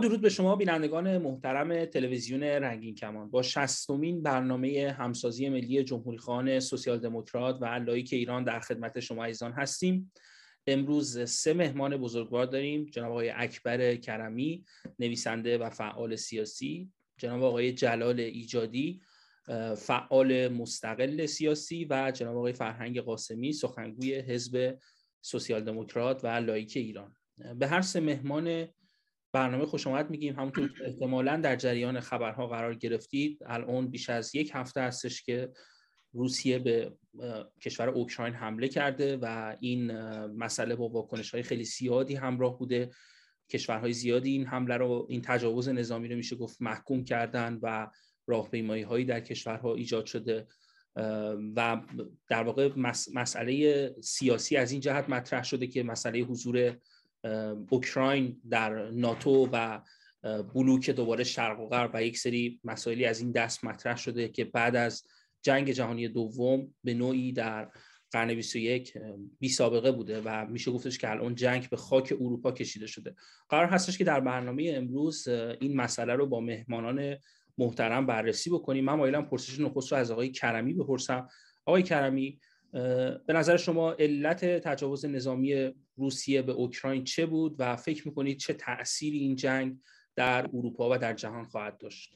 درود به شما بینندگان محترم تلویزیون رنگین کمان. با 60مین برنامه همسازی ملی جمهوری‌خواهان سوسیال دموکرات و لاییک ایران در خدمت شما عزیزان هستیم. امروز 3 مهمان بزرگوار داریم: جناب آقای اکبر کرمی، نویسنده و فعال سیاسی، جناب آقای جلال ایجادی، فعال مستقل سیاسی، و جناب آقای فرهنگ قاسمی، سخنگوی حزب سوسیال دموکرات و لاییک ایران. به هر 3 مهمان برنامه خوش آمد میگیم. همونطور که احتمالاً در جریان خبرها قرار گرفتید، الان بیش از 1 هفته هستش که روسیه به کشور اوکراین حمله کرده و این مسئله با واکنش‌های خیلی زیادی همراه بوده. کشورهای زیادی این حمله رو، این تجاوز نظامی رو میشه گفت محکوم کردن و راهپیمایی‌هایی در کشورها ایجاد شده و در واقع مسئله سیاسی از این جهت مطرح شده که مسئله حضور اوکراین در ناتو و بلوک دوباره شرق و غرب و یک سری مسائلی از این دست مطرح شده که بعد از جنگ جهانی دوم به نوعی در قرن 21 بی سابقه بوده و میشه گفتش که الان جنگ به خاک اروپا کشیده شده. قرار هستش که در برنامه امروز این مسئله رو با مهمانان محترم بررسی بکنیم. من مایلم پرسش نخست رو از آقای کرمی بپرسم. آقای کرمی، به نظر شما علت تجاوز نظامی روسیه به اوکراین چه بود و فکر میکنید چه تأثیری این جنگ در اروپا و در جهان خواهد داشت؟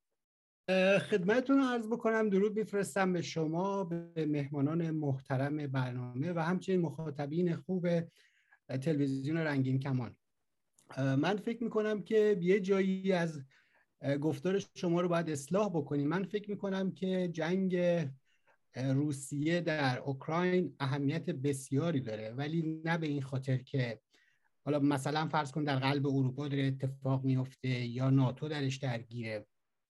خدمتتون عرض بکنم درود میفرستم به شما، به مهمانان محترم برنامه و همچنین مخاطبین خوب تلویزیون رنگین کمان. من فکر میکنم که یه جایی از گفتار شما رو باید اصلاح بکنیم. من فکر میکنم که جنگ روسیه در اوکراین اهمیت بسیاری داره، ولی نه به این خاطر که حالا مثلا فرض کن در قلب اروپا داره اتفاق میفته یا ناتو درش درگیره.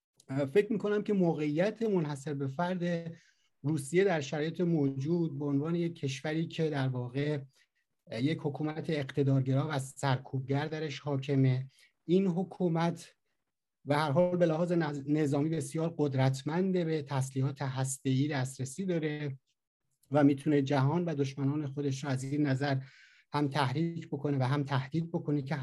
فکر میکنم که موقعیت منحصر به فرد روسیه در شرایط موجود به عنوان یک کشوری که در واقع یک حکومت اقتدارگرا و سرکوبگر درش حاکمه، این حکومت و هر حال به لحاظ نظامی بسیار قدرتمنده، به تسلیحات هسته‌ای دسترسی داره و میتونه جهان و دشمنان خودش رو از این نظر هم تحریک بکنه و هم تهدید بکنه که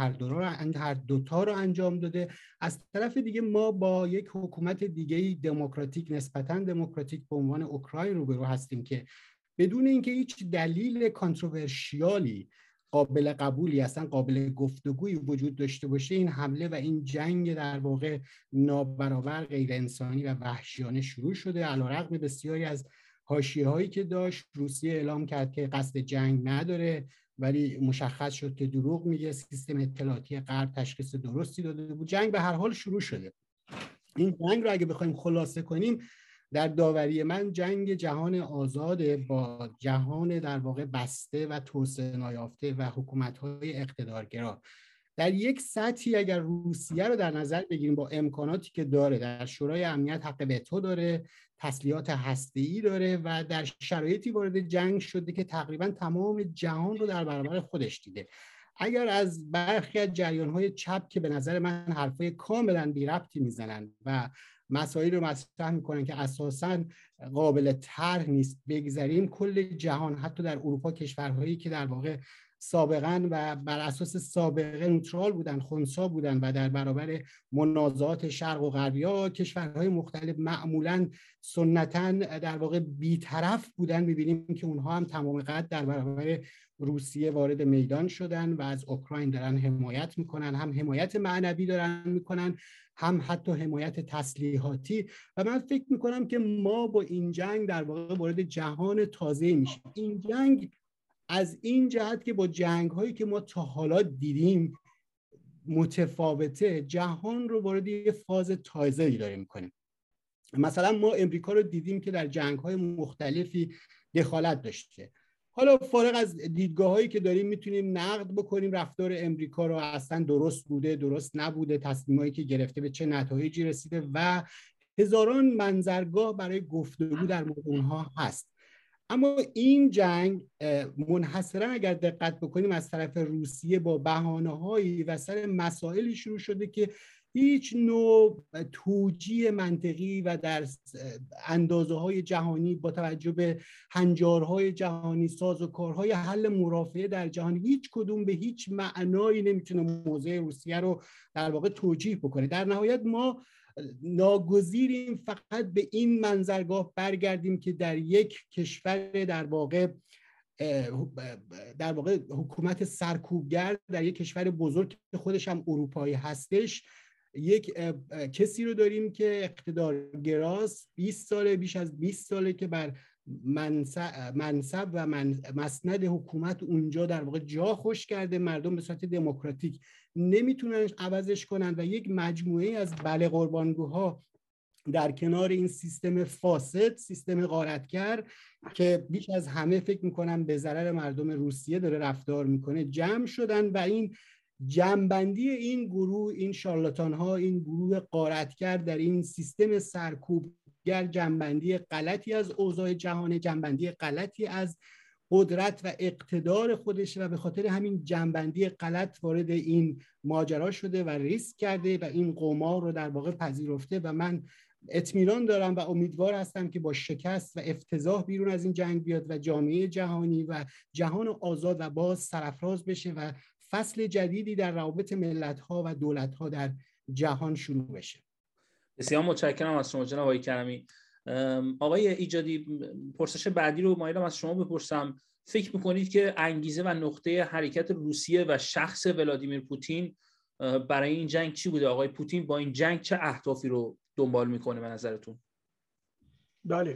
هر دوتا رو انجام داده. از طرف دیگه ما با یک حکومت دیگه دموکراتیک، نسبتاً دموکراتیک به عنوان اوکراین روبرو هستیم که بدون اینکه هیچ دلیل کانتروورشیالی قابل قبولی، اصلا قابل گفتگویی وجود داشته باشه، این حمله و این جنگ در واقع نابرابر، غیر انسانی و وحشیانه شروع شده. علیرغم بسیاری از حاشیه‌هایی که داشت، روسیه اعلام کرد که قصد جنگ نداره، ولی مشخص شد که دروغ میگه. سیستم اطلاعاتی غرب تشخیص درستی داده بود. جنگ به هر حال شروع شده. این جنگ رو اگه بخوایم خلاصه کنیم، در داوری من جنگ جهان آزاد با جهان در واقع بسته و توسعه نیافته و حکومت‌های اقتدارگرا. در یک سطحی اگر روسیه رو در نظر بگیریم، با امکاناتی که داره، در شورای امنیت حق وتو داره، تسلیحات هسته‌ای داره و در شرایطی وارد جنگ شده که تقریبا تمام جهان رو در برابر خودش دیده. اگر از برخی از جریان‌های چپ که به نظر من حرفای کاملا بی ربطی میزنن و مسائل رو مطرح میکنن که اساساً قابل طرح نیست بگذاریم، کل جهان، حتی در اروپا، کشورهایی که در واقع سابقاً و بر اساس سابقه نوترال بودن، خنثی بودن و در برابر منازعات شرق و غرب یا کشورهای مختلف معمولاً سنتاً در واقع بی‌طرف بودن، می‌بینیم که اونها هم تمام قد در برابر روسیه وارد میدان شدن و از اوکراین دارن حمایت میکنن، هم حمایت معنوی دارن میکنن، هم حتی حمایت تسلیحاتی. و من فکر میکنم که ما با این جنگ در واقع وارد جهان تازه میشیم. این جنگ از این جهت که با جنگ هایی که ما تا حالا دیدیم متفاوته، جهان رو وارد یه فاز تازه‌ای داره میکنیم. مثلا ما امریکا رو دیدیم که در جنگ های مختلفی دخالت داشته. حالا فارغ از دیدگاه‌هایی که داریم میتونیم نقد بکنیم رفتار امریکا رو، اصلا درست بوده، درست نبوده، تصمیمایی که گرفته به چه نتایجی رسیده و هزاران منظرگاه برای گفتگو در مورد اونها هست. اما این جنگ منحصرا اگر دقت بکنیم از طرف روسیه با بهانه‌هایی و سر مسائلی شروع شده که هیچ نوع توجیه منطقی و در اندازه‌های جهانی با توجه به هنجارهای جهانی، سازوکارهای حل مرافعه در جهان، هیچ کدوم به هیچ معنایی نمیتونه موضع روسیه رو در واقع توجیه بکنه. در نهایت ما ناگزیریم فقط به این منظرگاه برگردیم که در یک کشور در واقع حکومت سرکوبگر، در یک کشور بزرگ که خودش هم اروپایی هستش، یک کسی رو داریم که اقتدارگراست، 20 ساله، بیش از 20 ساله که بر منصب و مسند حکومت اونجا در واقع جا خوش کرده. مردم به صورت دموکراتیک نمیتونن عوضش کنن و یک مجموعه از بله قربانگوها در کنار این سیستم فاسد، سیستم غارتگر که بیش از همه فکر میکنم به ضرر مردم روسیه داره رفتار میکنه، جمع شدن و این جمع‌بندی این گروه، این شارلاتان ها، این گروه غارتگر در این سیستم سرکوبگر، جمع‌بندی غلطی از اوضاع جهان، جمع‌بندی غلطی از قدرت و اقتدار خودش و به خاطر همین جمع‌بندی غلط وارد این ماجرا شده و ریسک کرده و این قمار رو در واقع پذیرفته و من اطمینان دارم و امیدوار هستم که با شکست و افتضاح بیرون از این جنگ بیاد و جامعه جهانی و جهان آزاد و باز سرافراز بشه و فصل جدیدی در روابط ملت‌ها و دولت‌ها در جهان شروع بشه. بسیار متشکرم از شما جناب آقای کرمی. آقای ایجادی، پرسش بعدی رو مایلم از شما بپرسم. فکر میکنید که انگیزه و نقطه حرکت روسیه و شخص ولادیمیر پوتین برای این جنگ چی بوده؟ آقای پوتین با این جنگ چه اهدافی رو دنبال میکنه به نظرتون؟ بله،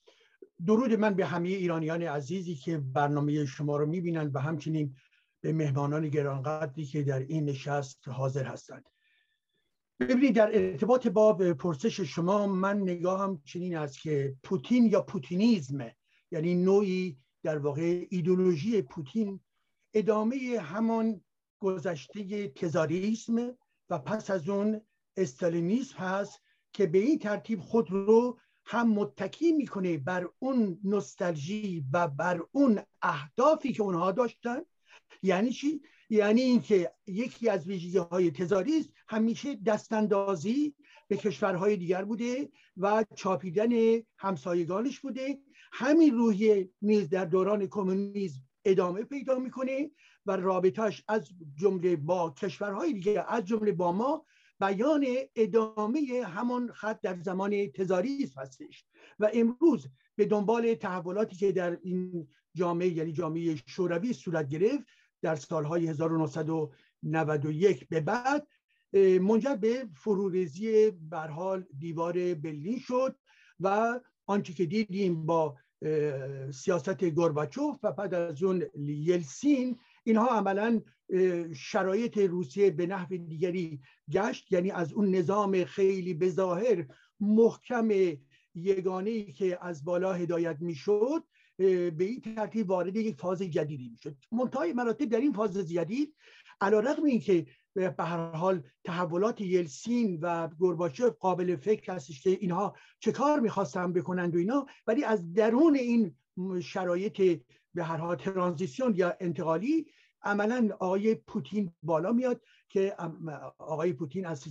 درود من به همه ایرانیان عزیزی که برنامه شما رو میبینند و همچنین به مهمانان گرانقدری که در این نشست حاضر هستند. ببینید، در ارتباط با پرسش شما من نگاهم چنین است که پوتین یا پوتینیزم، یعنی نوعی در واقع ایدئولوژی پوتین، ادامه همان گذشته تزاریسم و پس از اون استالینیسم هست که به این ترتیب خود رو هم متکی میکنه بر اون نوستالژی و بر اون اهدافی که اونها داشتن. یعنی چی؟ یعنی اینکه یکی از ویژگی‌های تزاریسم همیشه دستاندازی به کشورهای دیگر بوده و چاپیدن همسایگانش بوده. همین روحیه نیز در دوران کمونیسم ادامه پیدا میکنه و رابطه‌اش از جمله با کشورهای دیگه، از جمله با ما، بیان ادامه همان خط در زمان تزاریسم هستش. و امروز به دنبال تحولاتی که در این جامعه، یعنی جامعه شوروی صورت گرفت در سالهای 1991 به بعد، منجر به فروریزی به هر حال دیوار برلین شد و آنچه که دیدیم با سیاست گورباچوف و بعد از اون یلسین، اینها عملاً شرایط روسیه به نحو دیگری گشت. یعنی از اون نظام خیلی به ظاهر محکم یگانه‌ای که از بالا هدایت میشد، به این ترتیب وارد یک فاز جدیدی میشد. منتهای مراتب در این فاز جدید، علیرغم اینکه به هر حال تحولات یلسین و گورباچوف قابل فکر هستش که اینها چه کار میخواستن بکنند و اینا، ولی از درون این شرایط به هر حال ترانزیسیون یا انتقالی، عملاً آقای پوتین بالا میاد که آقای پوتین از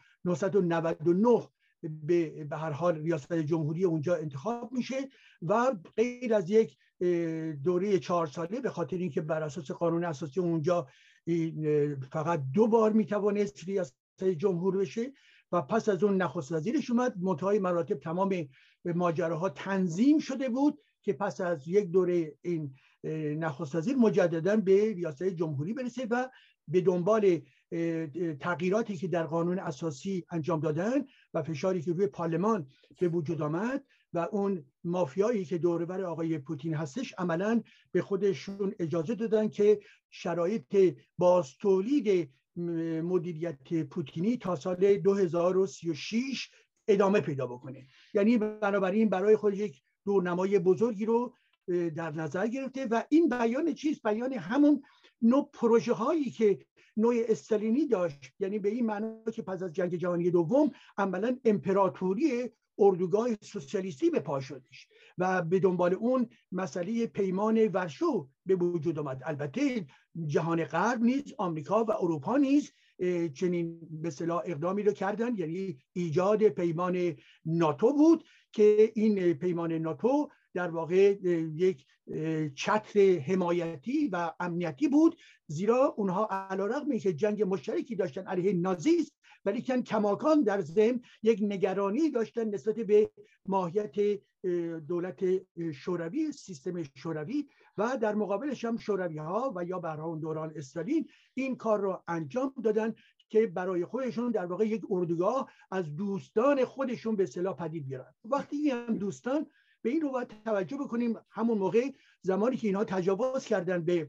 1999 به هر حال ریاست جمهوری اونجا انتخاب میشه و غیر از یک دوره 4 ساله، به خاطر اینکه بر اساس قانون اساسی اونجا فقط 2 بار میتوانست ریاست جمهور بشه و پس از اون نخست وزیرش اومد. منتهای مراتب تمام ماجراها تنظیم شده بود که پس از یک دوره این نخست وزیر مجددا به ریاست جمهوری برسه و به دنبال تغییراتی که در قانون اساسی انجام دادن و فشاری که روی پارلمان به وجود آمد و اون مافیایی که دور بر آقای پوتین هستش، عملاً به خودشون اجازه دادن که شرایط بازتولید مدیریت پوتینی تا سال 2036 ادامه پیدا بکنه. یعنی بنابراین برای خودش یک دورنمای بزرگی رو در نظر گرفته و این بیان چیست؟ بیان همون نوع پروژه هایی که نوع استالینی داشت. یعنی به این معنی که پس از جنگ جهانی دوم عملاً امپراتوری اردوگاه سوسیالیستی به پا شدش و به دنبال اون مسئله پیمان ورشو به وجود آمد. البته جهان غرب نیز، آمریکا و اروپا نیز چنین به اصطلاح اقدامی رو کردن، یعنی ایجاد پیمان ناتو بود که این پیمان ناتو در واقع یک چتر حمایتی و امنیتی بود، زیرا اونها علیرغم اینکه جنگ مشترکی داشتن علیه نازیسم، ولی کماکان در ضمن یک نگرانی داشتن نسبت به ماهیت دولت شوروی، سیستم شوروی، و در مقابلش هم شوروی ها و یا برای دوران استالین این کار رو انجام دادن که برای خودشون در واقع یک اردوگاه از دوستان خودشون به اصطلاح پدید بیارن. وقتی هم دوستان، به این رو باید توجه بکنیم، همون موقع زمانی که اینها تجاوز کردن به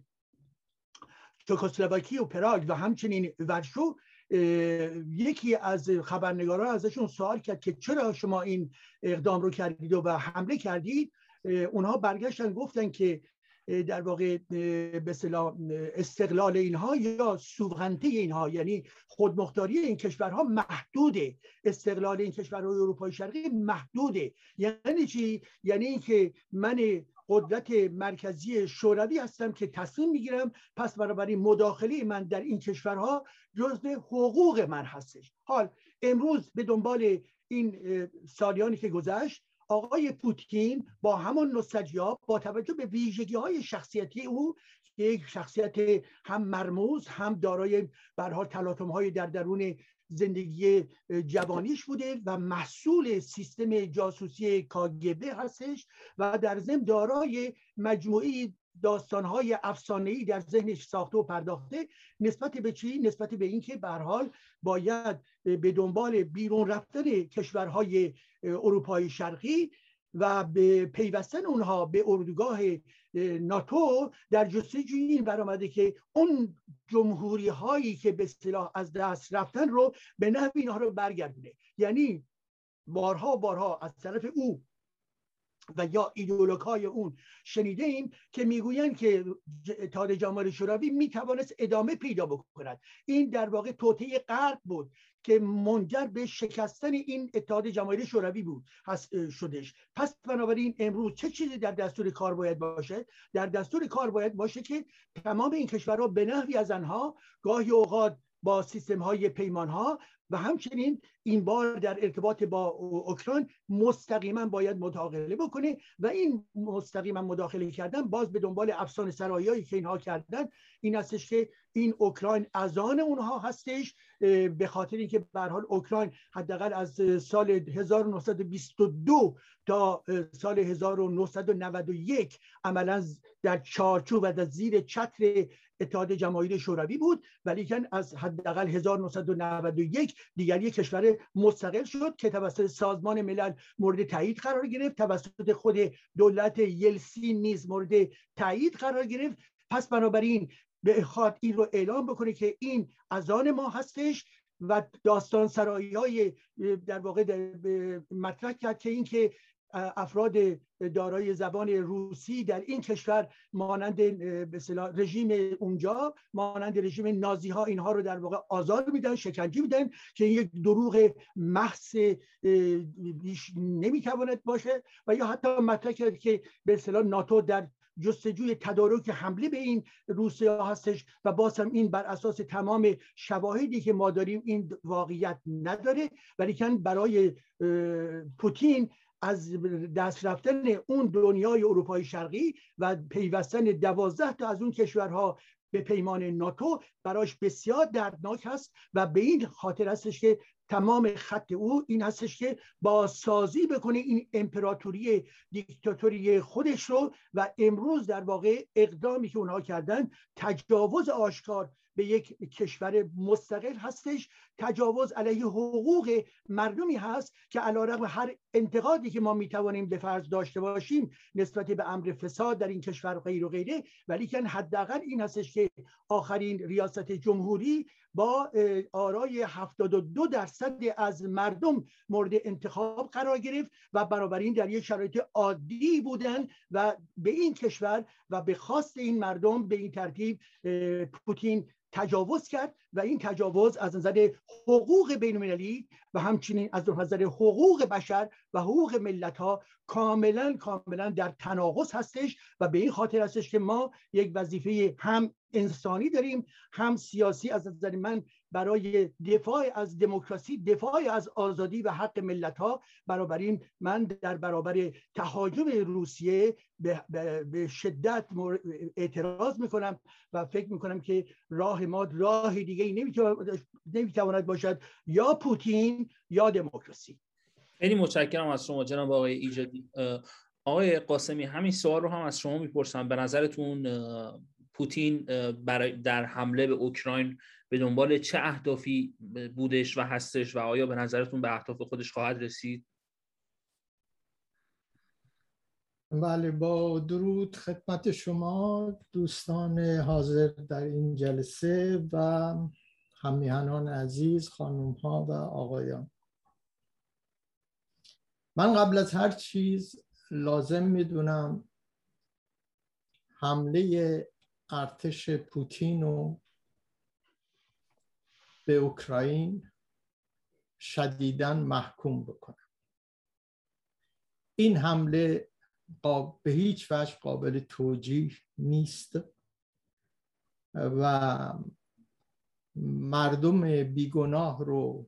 چکسلواکی و پراگ و همچنین ورشو، یکی از خبرنگاران ازشون سوال کرد که چرا شما این اقدام رو کردید و حمله کردید. اونها برگشتن گفتن که در واقع به اصطلاح استقلال اینها یا سوورنته اینها، یعنی خودمختاری این کشورها محدوده، استقلال این کشورهای اروپای شرقی محدوده. یعنی چی؟ یعنی اینکه من قدرت مرکزی شوروی هستم که تصمیم میگیرم، پس بنابراین مداخله من در این کشورها جزء حقوق من هستش. حال امروز به دنبال این سالیانی که گذشت، آقای پوتین با همون نوستالژیا، با توجه به ویژگی‌های شخصیتی او، یک شخصیت هم مرموز، هم دارای به هر حال تلاطم‌های در درون زندگی جوانیش بوده و محصول سیستم جاسوسی کاگبه هستش و در ضمن دارای مجموعی داستان‌های افسانه‌ای در ذهنش ساخته و پرداخته نسبت به چی؟ نسبت به اینکه به هر حال باید به دنبال بیرون رفتن کشورهای اروپای شرقی و به پیوستن اونها به اردوگاه ناتو در جستجوی این برآمده که اون جمهوری هایی که به اصطلاح از دست رفتن رو به نحوی اینها رو برگردونه. یعنی بارها از طرف او و یا ایدئولوژهای اون شنیده ایم که میگویند که اتحاد جماهیر شوروی میتوانست ادامه پیدا بکند. این در واقع توطئه غرب بود که منجر به شکستن این اتحاد جماهیر شوروی بود شدش. پس بنابراین امروز چه چیزی در دستور کار باید باشه؟ در دستور کار باید باشه که تمام این کشورها به نحوی از آنها گاهی اوقات با سیستم های پیمان ها و همچنین این بار در ارتباط با اوکراین مستقیما باید مداخله بکنه و این مستقیما مداخله کردن باز به دنبال افسانه سرایی‌هایی که اینها کردن این هستش که این اوکراین از آن اونها هستش، به خاطر اینکه به هر حال اوکراین حداقل از سال 1922 تا سال 1991 عملاً در چارچوب و در زیر چتر اتحاد جماهیر شوروی بود، ولی که از حداقل 1991 دیگر یک کشور مستقل شد که توسط سازمان ملل مورد تایید قرار گرفت، توسط خود دولت یلسین نیز مورد تایید قرار گرفت. پس بنابراین بخواد این رو اعلام بکنه که این از آن ما هستش و داستان سرایی‌های در واقع مطرح کرد که اینکه افراد دارای زبان روسی در این کشور مانند به اصطلاح رژیم اونجا، مانند رژیم نازی ها، اینها رو در واقع آزار میدن، شکنجه میدن که این یک دروغ محض نمیتواند باشه. و یا حتی مطرح کرد که به اصطلاح ناتو در جستجوی تدارک حمله به این روسیه هستش و باز هم این بر اساس تمام شواهدی که ما داریم این واقعیت نداره، ولی که برای پوتین از دست رفتن اون دنیای اروپای شرقی و پیوستن 12 تا از اون کشورها به پیمان ناتو براش بسیار دردناک هست و به این خاطر هستش که تمام خط او این هستش که بازسازی بکنه این امپراتوری دیکتاتوری خودش رو و امروز در واقع اقدامی که اونها کردن تجاوز آشکار به یک کشور مستقل هستش، تجاوز علیه حقوق مردمی هست که علیرغم هر انتقادی که ما میتوانیم به فرض داشته باشیم نسبت به امر فساد در این کشور غیر و غیره، ولی که حداقل این هستش که آخرین ریاست جمهوری با آرای 72% از مردم مورد انتخاب قرار گرفت و بنابراین در یک شرایط عادی بودن و به این کشور و به خواست این مردم به این ترتیب پوتین تجاوز کرد و این تجاوز از نظر حقوق بین المللی و همچنین از نظر حقوق بشر و حقوق ملت ها کاملا در تناقض هستش و به این خاطر هستش که ما یک وظیفه هم انسانی داریم، هم سیاسی. از نظر من برای دفاع از دموکراسی، دفاع از آزادی و حق ملت ها. بنابراین من در برابر تهاجم روسیه به شدت اعتراض میکنم و فکر میکنم که راه ما راه دیگه نمیتواند باشد، یا پوتین یا دموکراسی. خیلی متشکرم از شما جناب آقای ایجادی. آقای قاسمی، همین سوال رو هم از شما میپرسم. به نظرتون پوتین در حمله به اوکراین به دنبال چه اهدافی بودش و هستش و آیا به نظرتون به اهداف خودش خواهد رسید؟ بله، با درود خدمت شما دوستان حاضر در این جلسه و هم‌میهنان عزیز، خانم‌ها و آقایان. من قبل از هر چیز لازم میدونم حمله ارتش پوتین رو به اوکراین شدیداً محکوم بکنم. این حمله به هیچ وجه قابل توجیه نیست و مردم بیگناه رو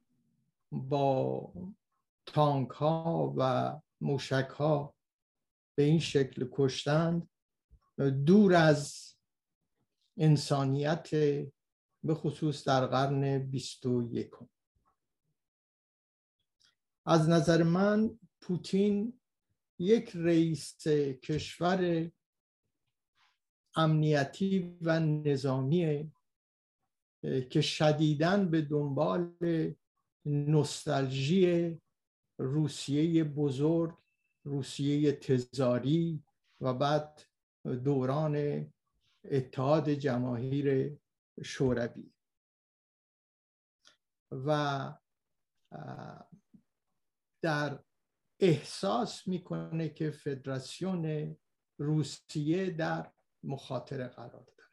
با تانک ها و موشک ها به این شکل کشتند دور از انسانیت، به خصوص در قرن 21. از نظر من پوتین یک رئیس کشور امنیتی و نظامیه که شدیداً به دنبال نوستالژی روسیه بزرگ، روسیه تزاری و بعد دوران اتحاد جماهیر شوروی و در احساس میکنه که فدراسیون روسیه در مخاطره قرار داره.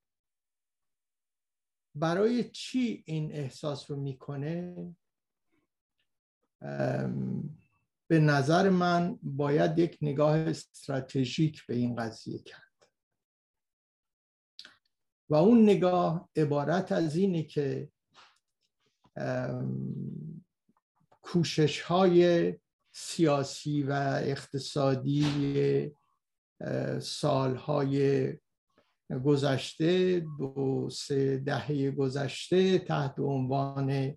برای چی این احساس رو میکنه؟ به نظر من باید یک نگاه استراتژیک به این قضیه کرد و اون نگاه عبارت از اینه که کوشش‌های سیاسی و اقتصادی سالهای گذشته، 2-3 دهه گذشته تحت عنوان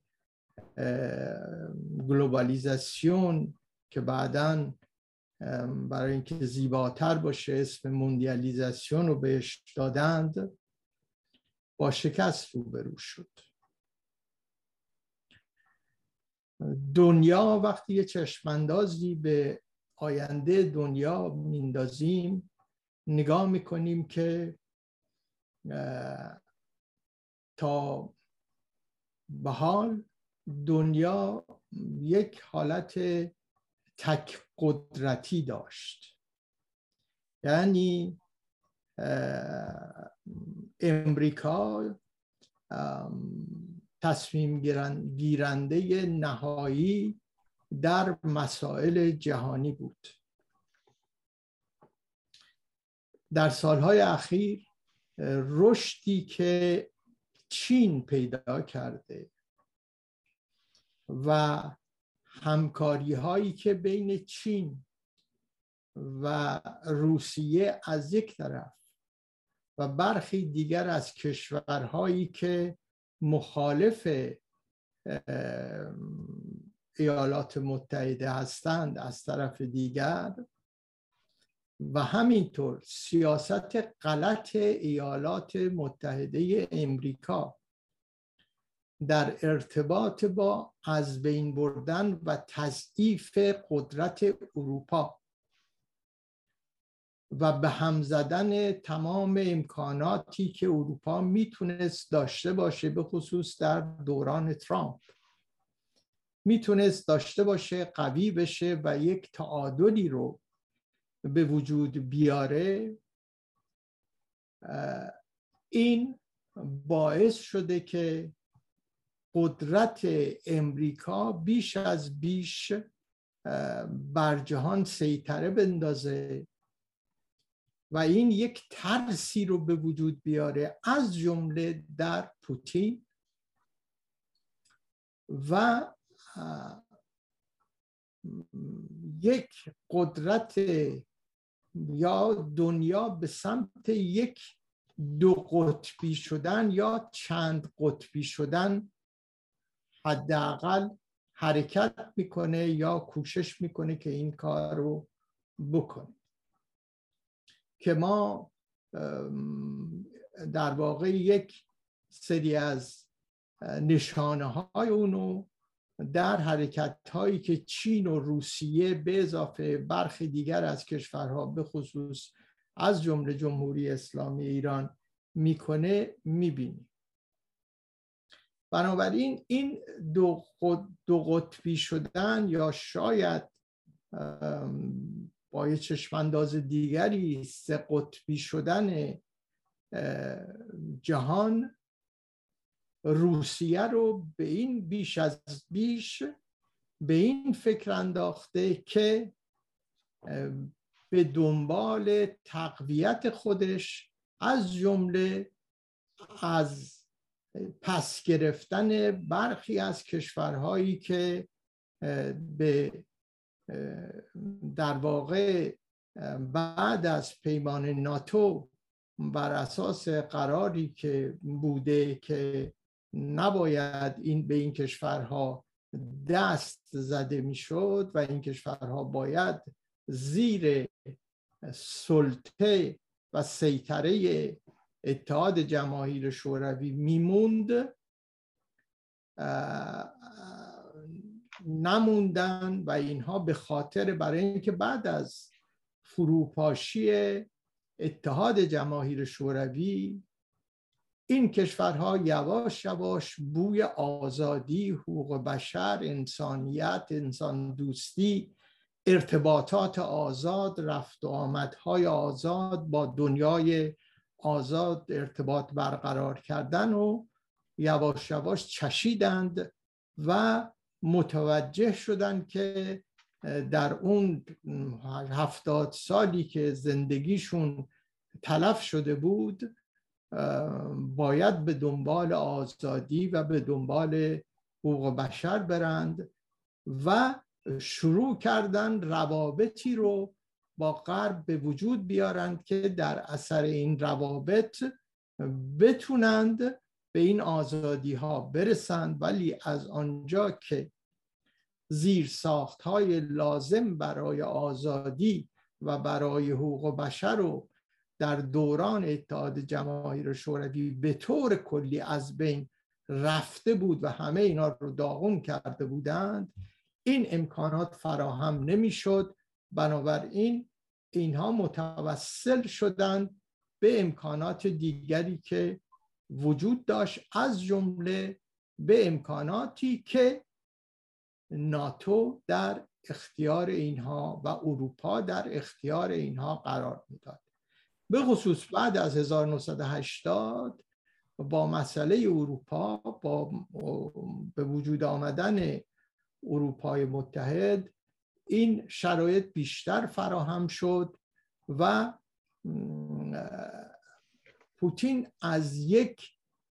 گلوبالیزاسیون که بعداً برای اینکه زیباتر باشه اسم موندیالیزاسیون رو بهش دادند، با شکست روبرو شد. دنیا وقتی یه چشماندازی به آینده دنیا میندازیم، نگاه میکنیم که تا به حال دنیا یک حالت تک قدرتی داشت. یعنی امریکا تصمیم گیرنده نهایی در مسائل جهانی بود. در سالهای اخیر رشدی که چین پیدا کرده و همکاری هایی که بین چین و روسیه از یک طرف و برخی دیگر از کشورهایی که مخالف ایالات متحده هستند از طرف دیگر، و همینطور سیاست غلط ایالات متحده امریکا در ارتباط با از بین بردن و تضعیف قدرت اروپا و به هم زدن تمام امکاناتی که اروپا میتونست داشته باشه، به خصوص در دوران ترامپ میتونست داشته باشه، قوی بشه و یک تعادلی رو به وجود بیاره، این باعث شده که قدرت امریکا بیش از بیش بر جهان سیطره بندازه و این یک ترسی رو به وجود بیاره، از جمله در پوتین و یک قدرت یا دنیا به سمت یک دو قطبی شدن یا چند قطبی شدن حداقل حرکت میکنه یا کوشش میکنه که این کار رو بکنه، که ما در واقع یک سری از نشانه های اونو در حرکت هایی که چین و روسیه به اضافه برخی دیگر از کشورها به خصوص از جمله جمهوری اسلامی ایران میکنه میبینیم. بنابراین این دو قطبی شدن یا شاید با یه چشمانداز دیگری سه قطبی شدن جهان روسیه رو به این بیش از بیش به این فکر انداخته که به دنبال تقویت خودش از جمله از پس گرفتن برخی از کشورهایی که به در واقع بعد از پیمان ناتو بر اساس قراری که بوده که نباید این به این کشورها دست زده میشد و این کشورها باید زیر سلطه و سیطره اتحاد جماهیر شوروی میموند، نموندن و اینها به خاطر برای اینکه بعد از فروپاشی اتحاد جماهیر شوروی این کشورها یواش یواش بوی آزادی، حقوق بشر، انسانیت، انسان دوستی، ارتباطات آزاد، رفت و آمدهای آزاد، با دنیای آزاد ارتباط برقرار کردن و یواش یواش چشیدند و متوجه شدند که در اون 70 سالی که زندگیشون تلف شده بود باید به دنبال آزادی و به دنبال حقوق بشر برند و شروع کردن روابطی رو با غرب به وجود بیارند که در اثر این روابط بتونند به این آزادی ها برسند، ولی از آنجا که زیرساخت‌های لازم برای آزادی و برای حقوق بشر رو در دوران اتحاد جماهیر شوروی به طور کلی از بین رفته بود و همه اینا رو داغون کرده بودند، این امکانات فراهم نمی‌شد. بنابراین اینها متوسل شدند به امکانات دیگری که وجود داشت، از جمله به امکاناتی که ناتو در اختیار اینها و اروپا در اختیار اینها قرار میداد. به خصوص بعد از 1980 با مسئله اروپا، با به وجود آمدن اروپای متحد، این شرایط بیشتر فراهم شد و پوتین از یک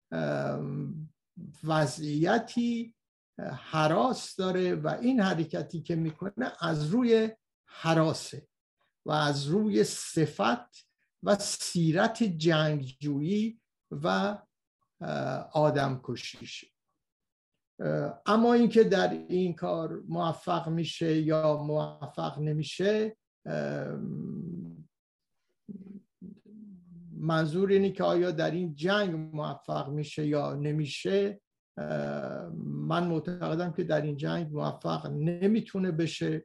وضعیتی هراس داره و این حرکتی که میکنه از روی هراسه و از روی صفت و سیرت جنگجویی و آدم کشیشه. اما اینکه در این کار موفق میشه یا موفق نمیشه، منظور اینه که آیا در این جنگ موفق میشه یا نمیشه. من معتقدم که در این جنگ موفق نمیتونه بشه،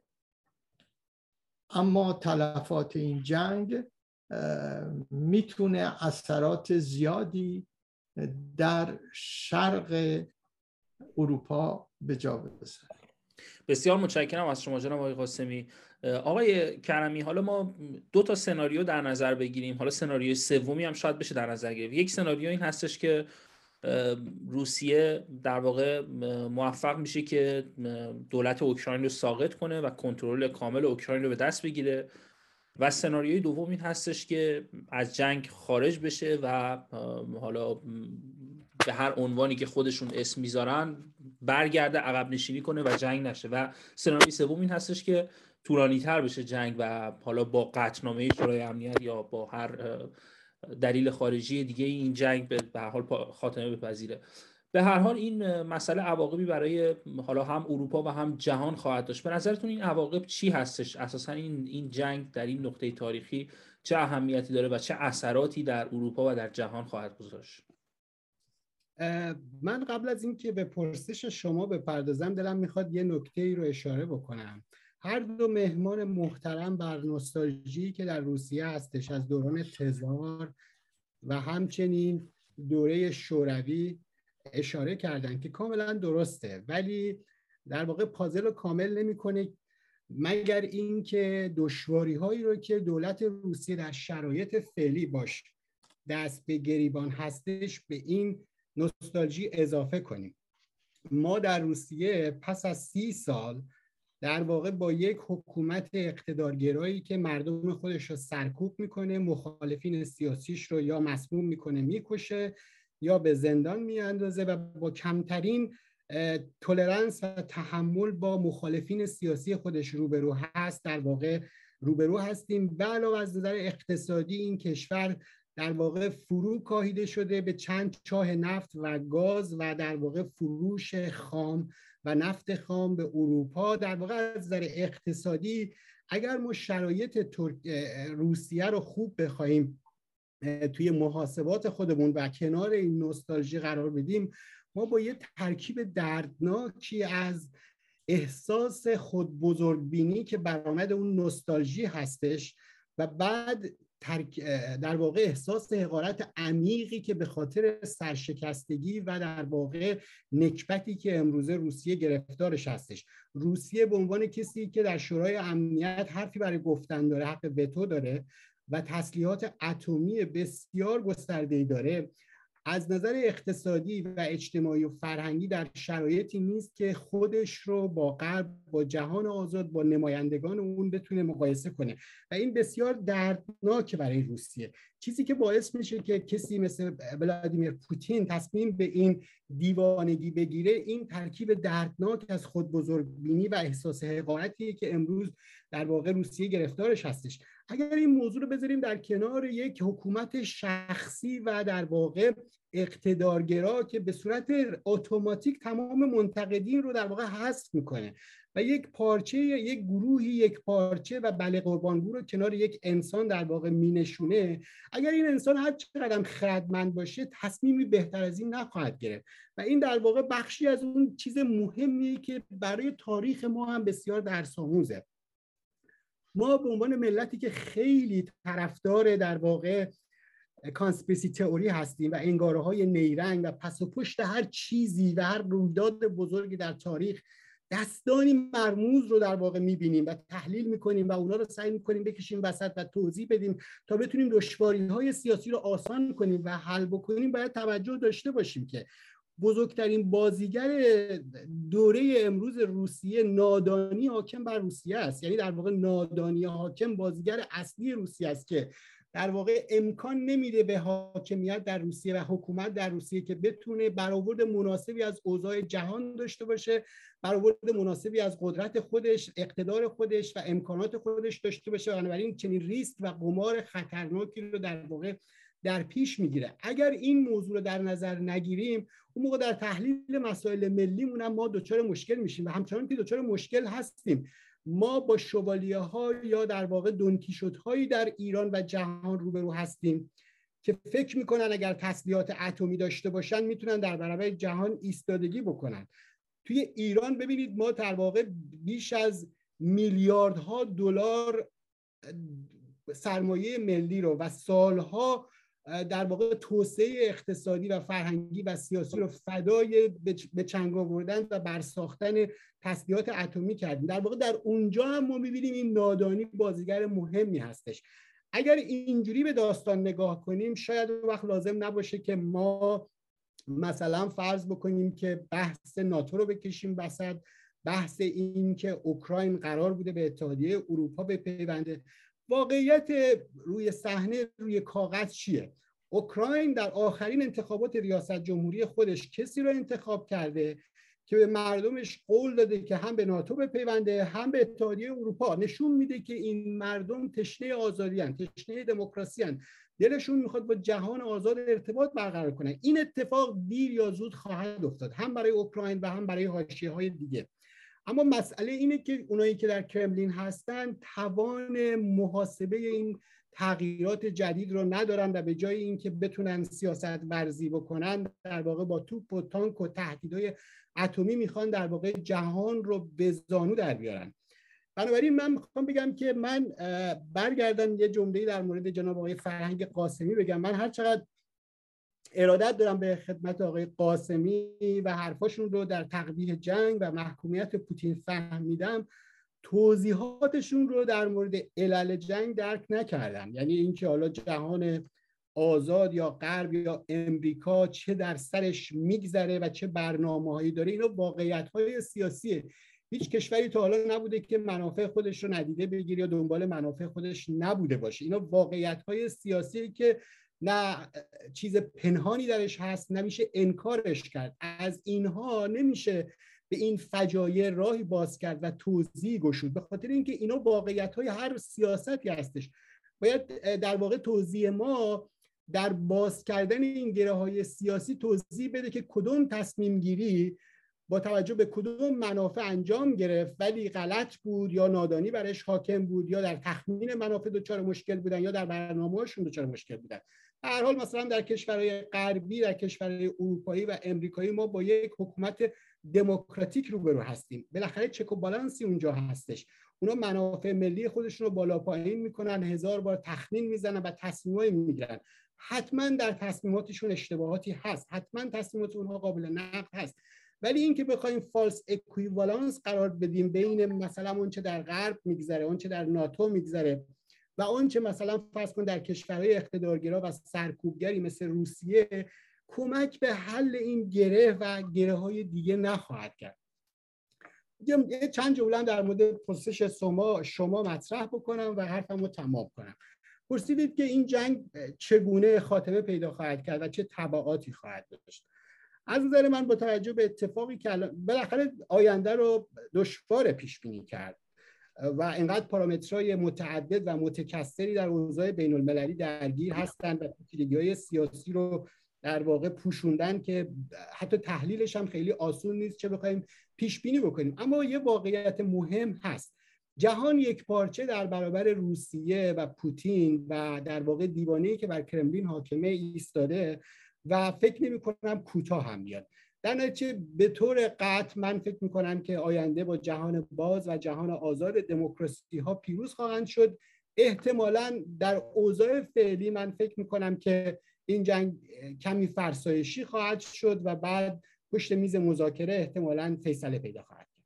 اما تلفات این جنگ میتونه اثرات زیادی در شرق اروپا به جا بذاره. بسیار متشکرم از شما جناب آقای قاسمی. آقای کرمی، حالا ما 2 تا سناریو در نظر بگیریم، حالا سناریوی سومی هم شاید بشه در نظر گرفت. یک سناریو این هستش که روسیه در واقع موفق میشه که دولت اوکراین رو ساقط کنه و کنترل کامل اوکراین رو به دست بگیره و سناریوی دوم این هستش که از جنگ خارج بشه و حالا به هر عنوانی که خودشون اسم میذارن برگرده عقب نشینی کنه و جنگ نشه. و سناریوی سوم این هستش که طولانی تر بشه جنگ و حالا با قطعنامه شورای امنیت یا با هر دلیل خارجی دیگه این جنگ به هر حال خاتمه بپذیره. به هر حال این مسئله عواقبی برای حالا هم اروپا و هم جهان خواهد داشت. به نظرتون این عواقب چی هستش؟ اساسا این جنگ در این نقطه تاریخی چه اهمیتی داره و چه اثراتی در اروپا و در جهان خواهد گذاشت؟ من قبل از اینکه به پرسش شما بپردازم دلم میخواد یه نکته ای رو اشاره بکنم. هر دو مهمان محترم بر نوستالژی که در روسیه هستش از دوران تزار و همچنین دوره شوروی اشاره کردن که کاملا درسته، ولی در واقع پازل رو کامل نمی‌کنه مگر اینکه دشواری‌هایی رو که دولت روسیه در شرایط فعلی باش دست به گریبان هستش به این نوستالژی اضافه کنیم. ما در روسیه پس از 30 سال در واقع با یک حکومت اقتدارگرایی که مردم خودش رو سرکوب میکنه، مخالفین سیاسیش رو یا مسموم میکنه میکشه یا به زندان میاندازه و با کمترین تولرنس و تحمل با مخالفین سیاسی خودش روبرو هست. در واقع روبرو هستیم. به علاوه از نظر اقتصادی این کشور در واقع فرو کاهیده شده به چند چاه نفت و گاز و در واقع فروش خام و نفت خام به اروپا. در واقع از نظر اقتصادی اگر ما شرایط روسیه رو خوب بخوایم توی محاسبات خودمون و کنار این نوستالژی قرار بدیم، ما با یه ترکیب دردناکی از احساس خود بزرگبینی که برآمد اون نوستالژی هستش و بعد در واقع احساس حقارت عمیقی که به خاطر سرشکستگی و در واقع نکبتی که امروزه روسیه گرفتارش هستش. روسیه به عنوان کسی که در شورای امنیت حرفی برای گفتن داره، حق وتو داره و تسلیحات اتمی بسیار گسترده‌ای داره، از نظر اقتصادی و اجتماعی و فرهنگی در شرایطی نیست که خودش رو با غرب، با جهان آزاد، با نمایندگان اون بتونه مقایسه کنه و این بسیار دردناکه برای روسیه. چیزی که باعث میشه که کسی مثل ولادیمیر پوتین تصمیم به این دیوانگی بگیره این ترکیب دردناک از خود بزرگبینی و احساس حقارتی که امروز در واقع روسیه گرفتارش هستش. اگر این موضوع رو بذاریم در کنار یک حکومت شخصی و در واقع اقتدارگرا که به صورت اتوماتیک تمام منتقدین رو در واقع حذف میکنه و یک پارچه، یک گروهی یک پارچه و بله قربانگو رو کنار یک انسان در واقع مینشونه، اگر این انسان هر چقدر خردمند باشه تصمیمی بهتر از این نخواهد گرفت و این در واقع بخشی از اون چیز مهمیه که برای تاریخ ما هم بسیار درس آموزه. ما به عنوان ملتی که خیلی طرفدار در واقع کانسپیرسی تئوری هستیم و انگاره‌های نیرنگ و پس و پشت هر چیزی و هر رویداد بزرگی در تاریخ دستانی مرموز رو در واقع می‌بینیم و تحلیل می‌کنیم و اونا رو سعی می‌کنیم بکشیم وسط و توضیح بدیم تا بتونیم دشواری‌های سیاسی رو آسان کنیم و حل بکنیم. باید توجه داشته باشیم که بزرگترین بازیگر دوره امروز روسیه نادانی حاکم بر روسیه است. یعنی در واقع نادانی حاکم بازیگر اصلی روسیه است که در واقع امکان نمیده به حاکمیت در روسیه و حکومت در روسیه که بتونه برآورد مناسبی از اوضاع جهان داشته باشه، برآورد مناسبی از قدرت خودش، اقتدار خودش و امکانات خودش داشته باشه. بنابراین چنین ریسک و قمار خطرناکی رو در واقع در پیش میگیره. اگر این موضوع رو در نظر نگیریم اون موقع در تحلیل مسائل ملیمون هم ما دچار مشکل میشیم و همچنان که دچار مشکل هستیم. ما با شوالیه ها یا در واقع دونکیشوت هایی در ایران و جهان روبرو هستیم که فکر میکنن اگر تسلیحات اتمی داشته باشن میتونن در برابر جهان ایستادگی بکنن. توی ایران ببینید ما در واقع بیش از میلیاردها دلار سرمایه ملی رو و سالها در واقع توسعه اقتصادی و فرهنگی و سیاسی رو فدای به چنگ آوردن و برساختن تسلیحات اتمی کردیم. در واقع در اونجا هم ما می‌بینیم این نادانی بازیگر مهمی هستش. اگر اینجوری به داستان نگاه کنیم شاید وقت لازم نباشه که ما مثلا فرض بکنیم که بحث ناتو رو بکشیم وسط، بحث این که اوکراین قرار بوده به اتحادیه اروپا بپیونده. واقعیت روی صحنه روی کاغذ چیه؟ اوکراین در آخرین انتخابات ریاست جمهوری خودش کسی رو انتخاب کرده که به مردمش قول داده که هم به ناتو بپیونده هم به اتحادیه اروپا. نشون میده که این مردم تشنه آزادی هستند، تشنه دموکراسی هستند، دلشون میخواد با جهان آزاد ارتباط برقرار کنن. این اتفاق دیر یا زود خواهد افتاد، هم برای اوکراین و هم برای حاشیه‌های دیگه. اما مسئله اینه که اونایی که در کرملین هستن توان محاسبه این تغییرات جدید رو ندارن و به جای اینکه بتونن سیاست ورزی بکنن، در واقع با توپ و تانک و تهدیدهای اتمی میخوان در واقع جهان رو به زانو در بیارن. بنابراین من میخوام بگم که من برگردم یه جمله‌ای در مورد جناب آقای فرهنگ قاسمی بگم. من هر چقدر ارادت دارم به خدمت آقای قاسمی و حرفاشون رو در تقبیح جنگ و محکومیت پوتین فهمیدم، توضیحاتشون رو در مورد علل جنگ درک نکردم. یعنی اینکه حالا جهان آزاد یا غرب یا امریکا چه در سرش میگذره و چه برنامه‌هایی داره، اینا واقعیت‌های سیاسیه. هیچ کشوری تا حالا نبوده که منافع خودش رو ندیده بگیره یا دنبال منافع خودش نبوده باشه. اینا واقعیت‌های سیاسیه که نه چیز پنهانی درش هست، نمیشه انکارش کرد. از اینها نمیشه به این فجایع راهی باز کرد و توضیح گشود، به خاطر اینکه اینا واقعیت‌های هر سیاستی هستش. باید در واقع توضیح ما در باز کردن این گره‌های سیاسی توضیح بده که کدوم تصمیم گیری با توجه به کدوم منافع انجام گرفت ولی غلط بود یا نادانی برش حاکم بود یا در تخمین منافع دچار مشکل بودن یا در برنامه‌هاشون دچار مشکل بودن. به هر حال مثلا در کشورهای غربی، در کشورهای اروپایی و امریکایی ما با یک حکومت دموکراتیک روبرو هستیم. بالاخره چک و بالانسی اونجا هستش. اونا منافع ملی خودشون رو بالا پایین میکنن، 1000 بار تخمین میزنن و تصمیمایی میگیرن. حتما در تصمیماتشون اشتباهاتی هست، حتما تصمیمات اونها قابل نقد هست، ولی اینکه بخوایم فالس اکویوالنس قرار بدیم بین مثلا اون چه در غرب میگذره، اون چه در ناتو میگذره و اون چه مثلا فرض کن در کشورهای اقتدارگرا و سرکوبگری مثل روسیه، کمک به حل این گره و گره‌های دیگه نخواهد کرد. یه چند جمله در مورد پرسش شما مطرح بکنم و حرفمو تمام کنم. پرسیدید که این جنگ چگونه خاتمه پیدا خواهد کرد و چه تبعاتی خواهد داشت. از نظر من با توجه به اتفاقی که بالاخره آینده رو دشوار پیش بینی کرد و اینقدر پارامترهای متعدد و متکثری در اوضاع بین المللی درگیر هستند و پیچیدگی‌های سیاسی رو در واقع پوشوندن که حتی تحلیلش هم خیلی آسون نیست چه بخوایم پیش بینی بکنیم. اما یه واقعیت مهم هست، جهان یک پارچه در برابر روسیه و پوتین و در واقع دیوانه‌ای که بر کرملین حاکمه ایستاده و فکر نمی‌کنم کوتاه هم بیاد. در نتیجه به طور قطع من فکر می‌کنم که آینده با جهان باز و جهان آزاد دموکراسی ها پیروز خواهند شد. احتمالاً در اوضاع فعلی من فکر می‌کنم که این جنگ کمی فرسایشی خواهد شد و بعد پشت میز مذاکره احتمالاً فیصله پیدا خواهد کرد.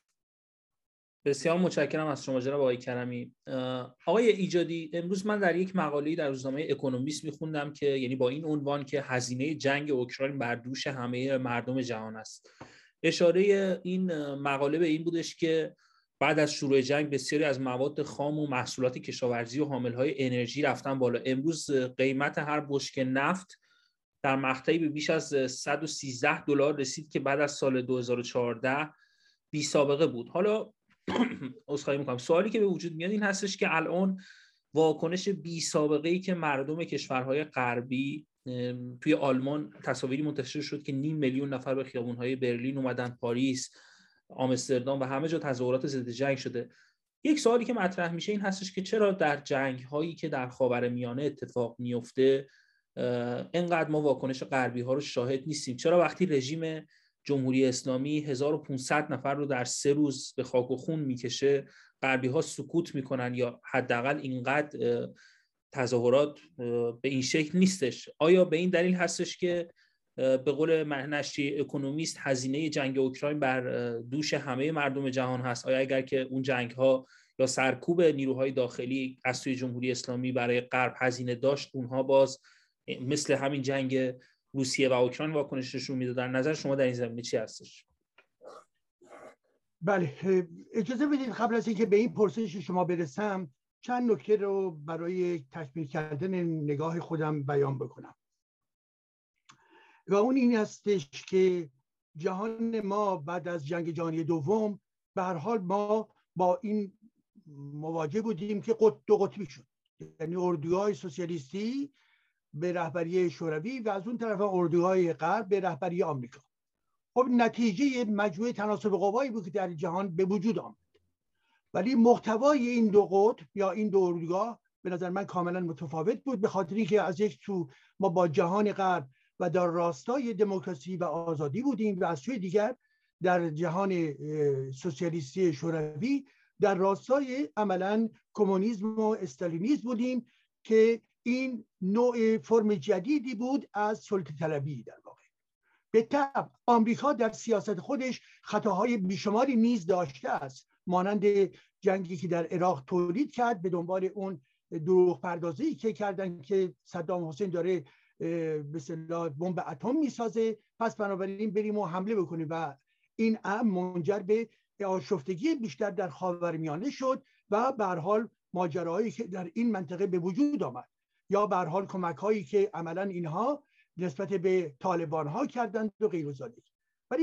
بسیار متشکرم از شما جناب آقای کرمی. آقای ایجادی، امروز من در یک مقاله‌ای در روزنامه اکونومیست می‌خوندم که یعنی با این عنوان که هزینه جنگ اوکراین بر دوش همه مردم جهان است. اشاره این مقاله به این بودش که بعد از شروع جنگ بسیاری از مواد خام و محصولات کشاورزی و حاملهای انرژی رفتن بالا. امروز قیمت هر بشکه نفت در مقطعی به بیش از $113 رسید که بعد از سال 2014 بی سابقه بود. حالا عذرخواهی می‌کنم، سوالی که به وجود میاد این هستش که الان واکنش بی سابقه‌ای که مردم کشورهای غربی، توی آلمان تصاویری منتشر شد که 500,000 نفر به خیابون‌های برلین اومدن، پاریس، آمستردام و همه جا تظاهرات ضد جنگ شده. یک سوالی که مطرح میشه این هستش که چرا در جنگ‌هایی که در خاورمیانه اتفاق میفته اینقدر ما واکنش غربی‌ها رو شاهد نیستیم؟ چرا وقتی رژیم جمهوری اسلامی 1500 نفر رو در 3 روز به خاک و خون میکشه، غربی‌ها سکوت میکنن یا حداقل اینقدر تظاهرات به این شکل نیستش؟ آیا به این دلیل هستش که به قول نشریه اکونومیست هزینه جنگ اوکراین بر دوش همه مردم جهان هست؟ آیا اگر که اون جنگ‌ها یا سرکوب نیروهای داخلی از سوی جمهوری اسلامی برای غرب هزینه داشت، اونها باز مثل همین جنگ روسیه و اوکراین واکنششون میدادن؟ نظر شما در این زمینه چی هستش؟ بله، اجازه بدید قبل از اینکه به این پرسش شما برسم چند نکته رو برای تکمیل کردن نگاه خودم بیان بکنم و اون این هستش که جهان ما بعد از جنگ جهانی دوم به هر حال ما با این مواجه بودیم که دو قطبی شد، یعنی اردوگاه سوسیالیستی به رهبری شوروی و از اون طرف اردوگاه غرب به رهبری آمریکا. خب نتیجه مجموعه تناسب قوایی بود که در جهان به وجود آمد، ولی محتوای این دو قطب یا این دو اردوگاه به نظر من کاملا متفاوت بود، به خاطر اینکه از یک سو ما با جهان غرب و در راستای دموکراسی و آزادی بودیم و از سوی دیگر در جهان سوسیالیستی شوروی در راستای عملا کمونیسم و استالینیسم بودیم که این نوع فرم جدیدی بود از سلطه طلبی. در واقع به طبع آمریکا در سیاست خودش خطاهای بیشماری نیز داشته است، مانند جنگی که در عراق تولید کرد به دنبال اون دروغ پردازی که کردن که صدام حسین داره به اصطلاح بمب اتم میسازه، پس بنابراین بریم و حمله بکنیم و این امر منجر به آشفتگی بیشتر در خاورمیانه شد و به هر حال ماجراهایی که در این منطقه به وجود آمد یا به هر حال کمک‌هایی که عملاً اینها نسبت به طالبان ها کردند و غیر ذالک. ولی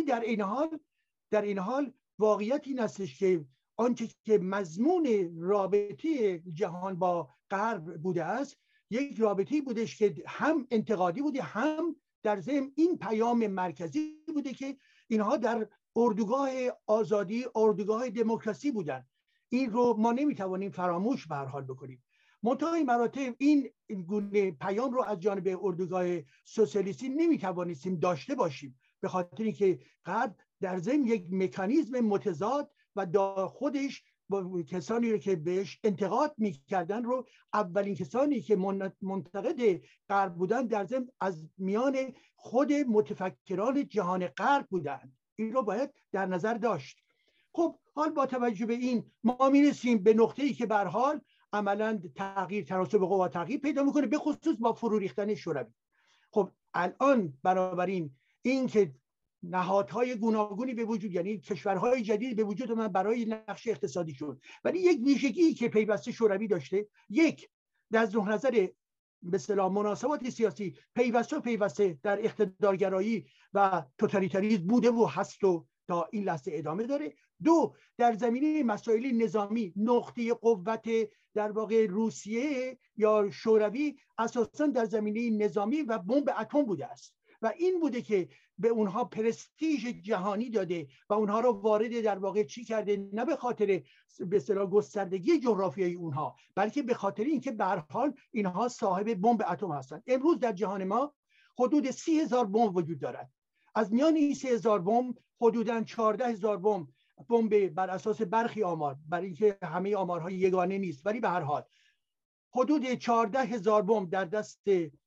در این حال واقعیت این استش که آنچه که مضمون رابطه جهان با غرب بوده است یک رابطه‌ای بودش که هم انتقادی بوده، هم در ضمن این پیام مرکزی بوده که اینها در اردوگاه آزادی، اردوگاه دموکراسی بودند. این رو ما نمیتوانیم فراموش به هر حال بکنیم. منتهای مراتب این گونه پیام رو از جانب اردوگاه سوسیالیستی نمیتوانستیم داشته باشیم، به خاطر اینکه غرب در ضمن یک مکانیزم متضاد و خودش با کسانی رو که بهش انتقاد میکردن رو اولین کسانی که منتقد غرب بودن در ضمن از میان خود متفکران جهان غرب بودن. این رو باید در نظر داشت. خب حال با توجه به این ما میرسیم به نقطه‌ای که به هر حال عملاً تناسب قوا تغییر پیدا میکنه، به خصوص با فرو ریختن شوروی. خب الان بنابراین این که نهادهای گوناگونی به وجود، یعنی کشورهای جدید به وجود من برای نقش اقتصادی شد، ولی یک ویژگی که پیوسته شوروی داشته، یک در نظر به اصطلاح مناسبات سیاسی پیوسته در اقتدارگرایی و توتالیتاریسم بوده و هست و تا این لحظه ادامه داره. دو، در زمینه مسائل نظامی نقطه قوت در واقع روسیه یا شوروی اساساً در زمینه نظامی و بمب اتم بوده است و این بوده که به اونها پرستیژ جهانی داده و اونها رو وارد در واقع چی کرده، نه به خاطر به اصطلاح گستردگی جغرافیایی اونها، بلکه به خاطر اینکه به هر حال اینها صاحب بمب اتم هستند. امروز در جهان ما حدود 30,000 بمب وجود دارد. از میان این 30,000 بمب حدوداً 14,000 بمب بر اساس برخی آمار، برای اینکه همه آمارها یگانه نیست، ولی به هر حال حدود 14,000 بمب در دست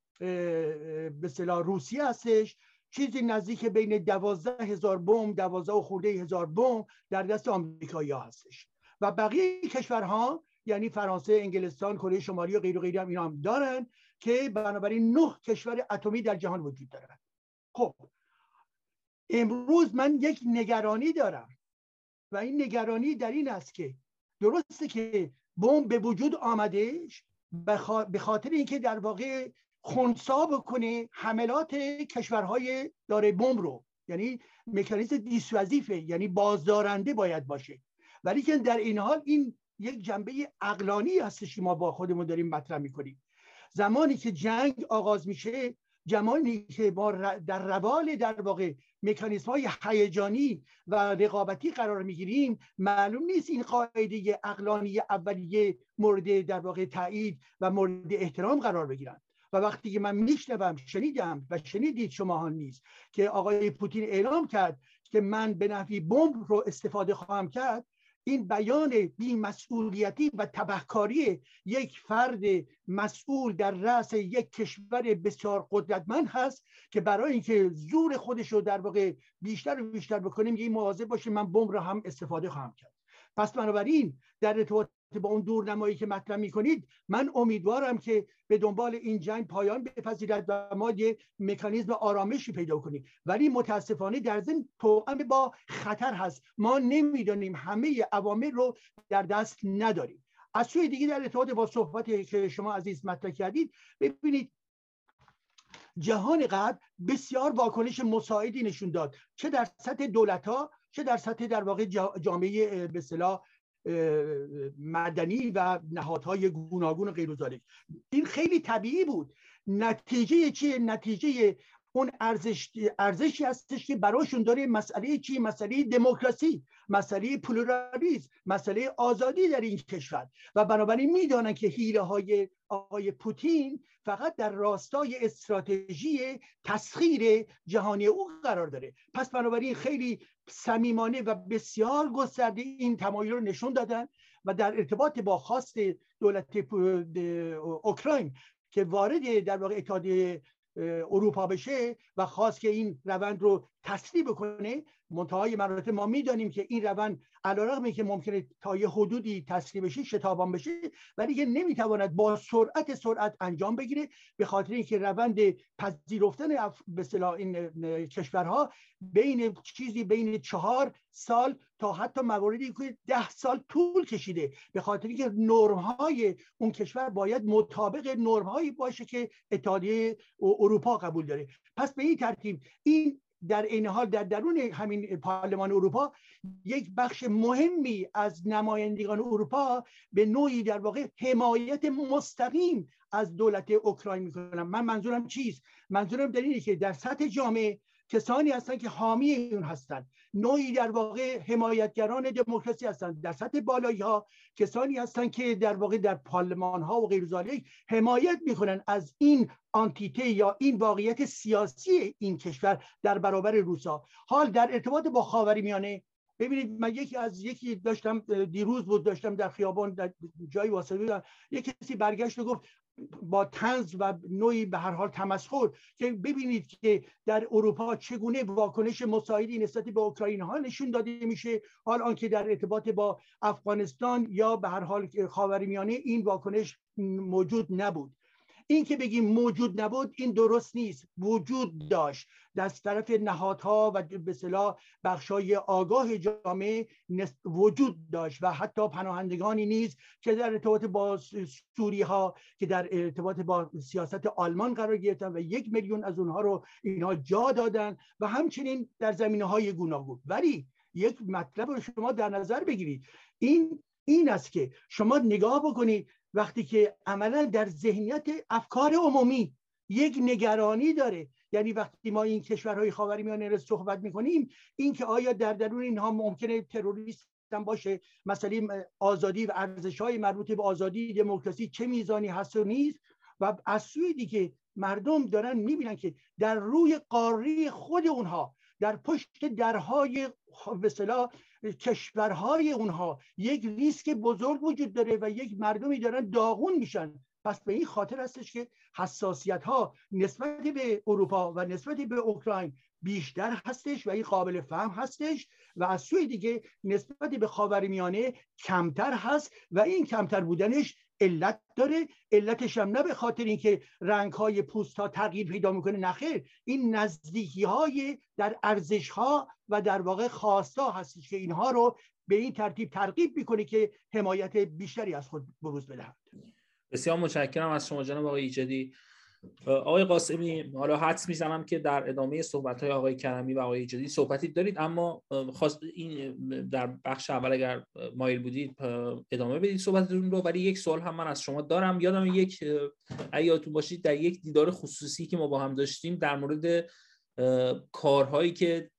به اصطلاح روسیه هستش، چیزی نزدیک بین 12,000 بمب 12 و خورده هزار بمب در دست آمریکایی‌ها هستش و بقیه کشورها یعنی فرانسه، انگلستان، کره شمالی و غیره هم اینا هم دارن که بنابراین 9 کشور اتمی در جهان وجود دارن. خب امروز من یک نگرانی دارم و این نگرانی در این است که درسته که بمب به وجود آمدهش به خاطر اینکه در واقع خنثی بکنه حملات کشورهای داره بمب رو، یعنی مکانیزم دیسوازیفه، یعنی بازدارنده باید باشه، ولی که در این حال این یک جنبه عقلانی هستش که ما با خودمون داریم مطرح میکنیم. زمانی که جنگ آغاز میشه، زمانی که ما در روال در واقع مکانیزم‌های هیجانی و رقابتی قرار میگیریم، معلوم نیست این قاعده عقلانی اولیه مورد در واقع تایید و مورد احترام قرار بگیرن. و وقتی که من میشنوم، شنیدم و شنیدید شما نیست که آقای پوتین اعلام کرد که من به نحوی بمب رو استفاده خواهم کرد، این بیان بی‌مسئولیتی و تبهکاری یک فرد مسئول در رأس یک کشور بسیار قدرتمند هست که برای اینکه زور خودش رو در واقع بیشتر و بیشتر بکنه میگه مواظب باشید من بمب رو هم استفاده خواهم کرد. پس بنابراین در ارتباط با اون دورنمایی که مطرح میکنید، من امیدوارم که به دنبال این جنگ پایان بپذیرد و ما یه مکانیزم آرامشی پیدا کنیم، ولی متاسفانه در ضمن توأم با خطر هست. ما نمیدانیم، همه عوامل رو در دست نداریم. از سوی دیگه در ارتباط با صحبتی که شما عزیز مطرح کردید، ببینید جهان غرب بسیار واکنش مساعدی نشون داد، چه در سطح دولت‌ها، چه در سطح در واقع جامعه به اصطلاح مدنی و نهادهای گوناگون و غیر ذالک. این خیلی طبیعی بود. نتیجه چیه؟ نتیجه اون ارزشی هستش که براشون داره مسئله چی؟ مسئله دموکراسی، مسئله پلورالیسم، مسئله آزادی در این کشور. و بنابراین میدانن که حیله های آقای پوتین فقط در راستای استراتژی تسخیر جهانی او قرار داره. پس بنابراین خیلی صمیمانه و بسیار گسترده این تمایل رو نشون دادن و در ارتباط با خواست دولت اوکراین که وارد در واقع اتحادیه اروپا بشه و خواست که این روند رو تسریع بکنه، منتهای مراتب ما میدانیم که این روند علیرغم اینکه ممکنه تا یه حدودی تسریع بشه، شتابان بشه، ولی که نمیتواند با سرعت انجام بگیره، به خاطر اینکه روند پذیرفتن به اصطلاح این کشورها بین 4 سال تا حتی مواردی که 10 سال طول کشیده، به خاطر اینکه نرم‌های اون کشور باید مطابق نرم‌هایی باشه که اتحادیه اروپا قبول داره. پس به این ترتیب این در این حال در درون همین پارلمان اروپا یک بخش مهمی از نمایندگان اروپا به نوعی در واقع حمایت مستقیم از دولت اوکراین میکنن. من منظورم چیست؟ منظورم در اینه که در سطح جامعه کسانی هستن که حامی اون هستن، نوعی در واقع حمایتگران دموکراسی هستن. در سطح بالایی ها کسانی هستن که در واقع در پارلمان ها و غیر ذالک حمایت میکنن از این آنتیته یا این واقعیت سیاسی این کشور در برابر روسا. حال در ارتباط با خاورمیانه، ببینید من یکی داشتم دیروز بود، داشتم در خیابان در جایی واسطه بودم، یک کسی برگشت و گفت با طنز و نوعی به هر حال تمسخر که ببینید که در اروپا چگونه واکنش مساعدی نسبت به اوکراین ها نشون داده میشه، حال آنکه در ارتباط با افغانستان یا به هر حال خاورمیانه این واکنش موجود نبود. این که بگیم موجود نبود این درست نیست، وجود داشت در طرف نهادها و به اصطلاح بخشای آگاه جامعه وجود داشت و حتی پناهندگانی نیز که در ارتباط با سوری ها که در ارتباط با سیاست آلمان قرار گرفتن و 1 میلیون از اونها رو اینها جا دادن و همچنین در زمینه‌های گوناگون. ولی یک مطلب رو شما در نظر بگیرید، این است که شما نگاه بکنید وقتی که عملا در ذهنیت افکار عمومی یک نگرانی داره، یعنی وقتی ما این کشورهای خاورمیانه رو صحبت میکنیم، این که آیا در درون اینها ممکنه تروریست هم باشه، مسئله آزادی و ارزش‌های مربوط به آزادی دموکراسی چه میزانی هست و نیست، و از سوی دیگه مردم دارن میبینن که در روی قاره خود اونها، در پشت درهای به اصطلاح کشورهای اونها یک ریسک بزرگ وجود داره و یک مردمی دارن داغون میشن. پس به این خاطر هستش که حساسیت ها نسبت به اروپا و نسبت به اوکراین بیشتر هستش و این قابل فهم هستش، و از سوی دیگه نسبت به خاورمیانه کمتر هست و این کمتر بودنش علت داره. علتش هم نه به خاطر اینکه رنگ‌های پوست ها تغییر پیدا میکنه، نخیر، این نزدیکی‌های در ارزش‌ها و در واقع خواست‌ها هستش که اینها رو به این ترتیب ترغیب میکنه که حمایت بیشتری از خود بروز بدهند. بسیار متشکرم از شما جناب آقای ایجادی. آقای قاسمی، حالا حدس میزنم که در ادامه صحبت‌های آقای کرمی و آقای ایجادی صحبتی دارید، اما این در بخش اول اگر مایل بودید ادامه بدید صحبتتون رو. ولی یک سوال هم من از شما دارم. یادم یادتون باشید در یک دیدار خصوصی که ما با هم داشتیم در مورد کارهایی که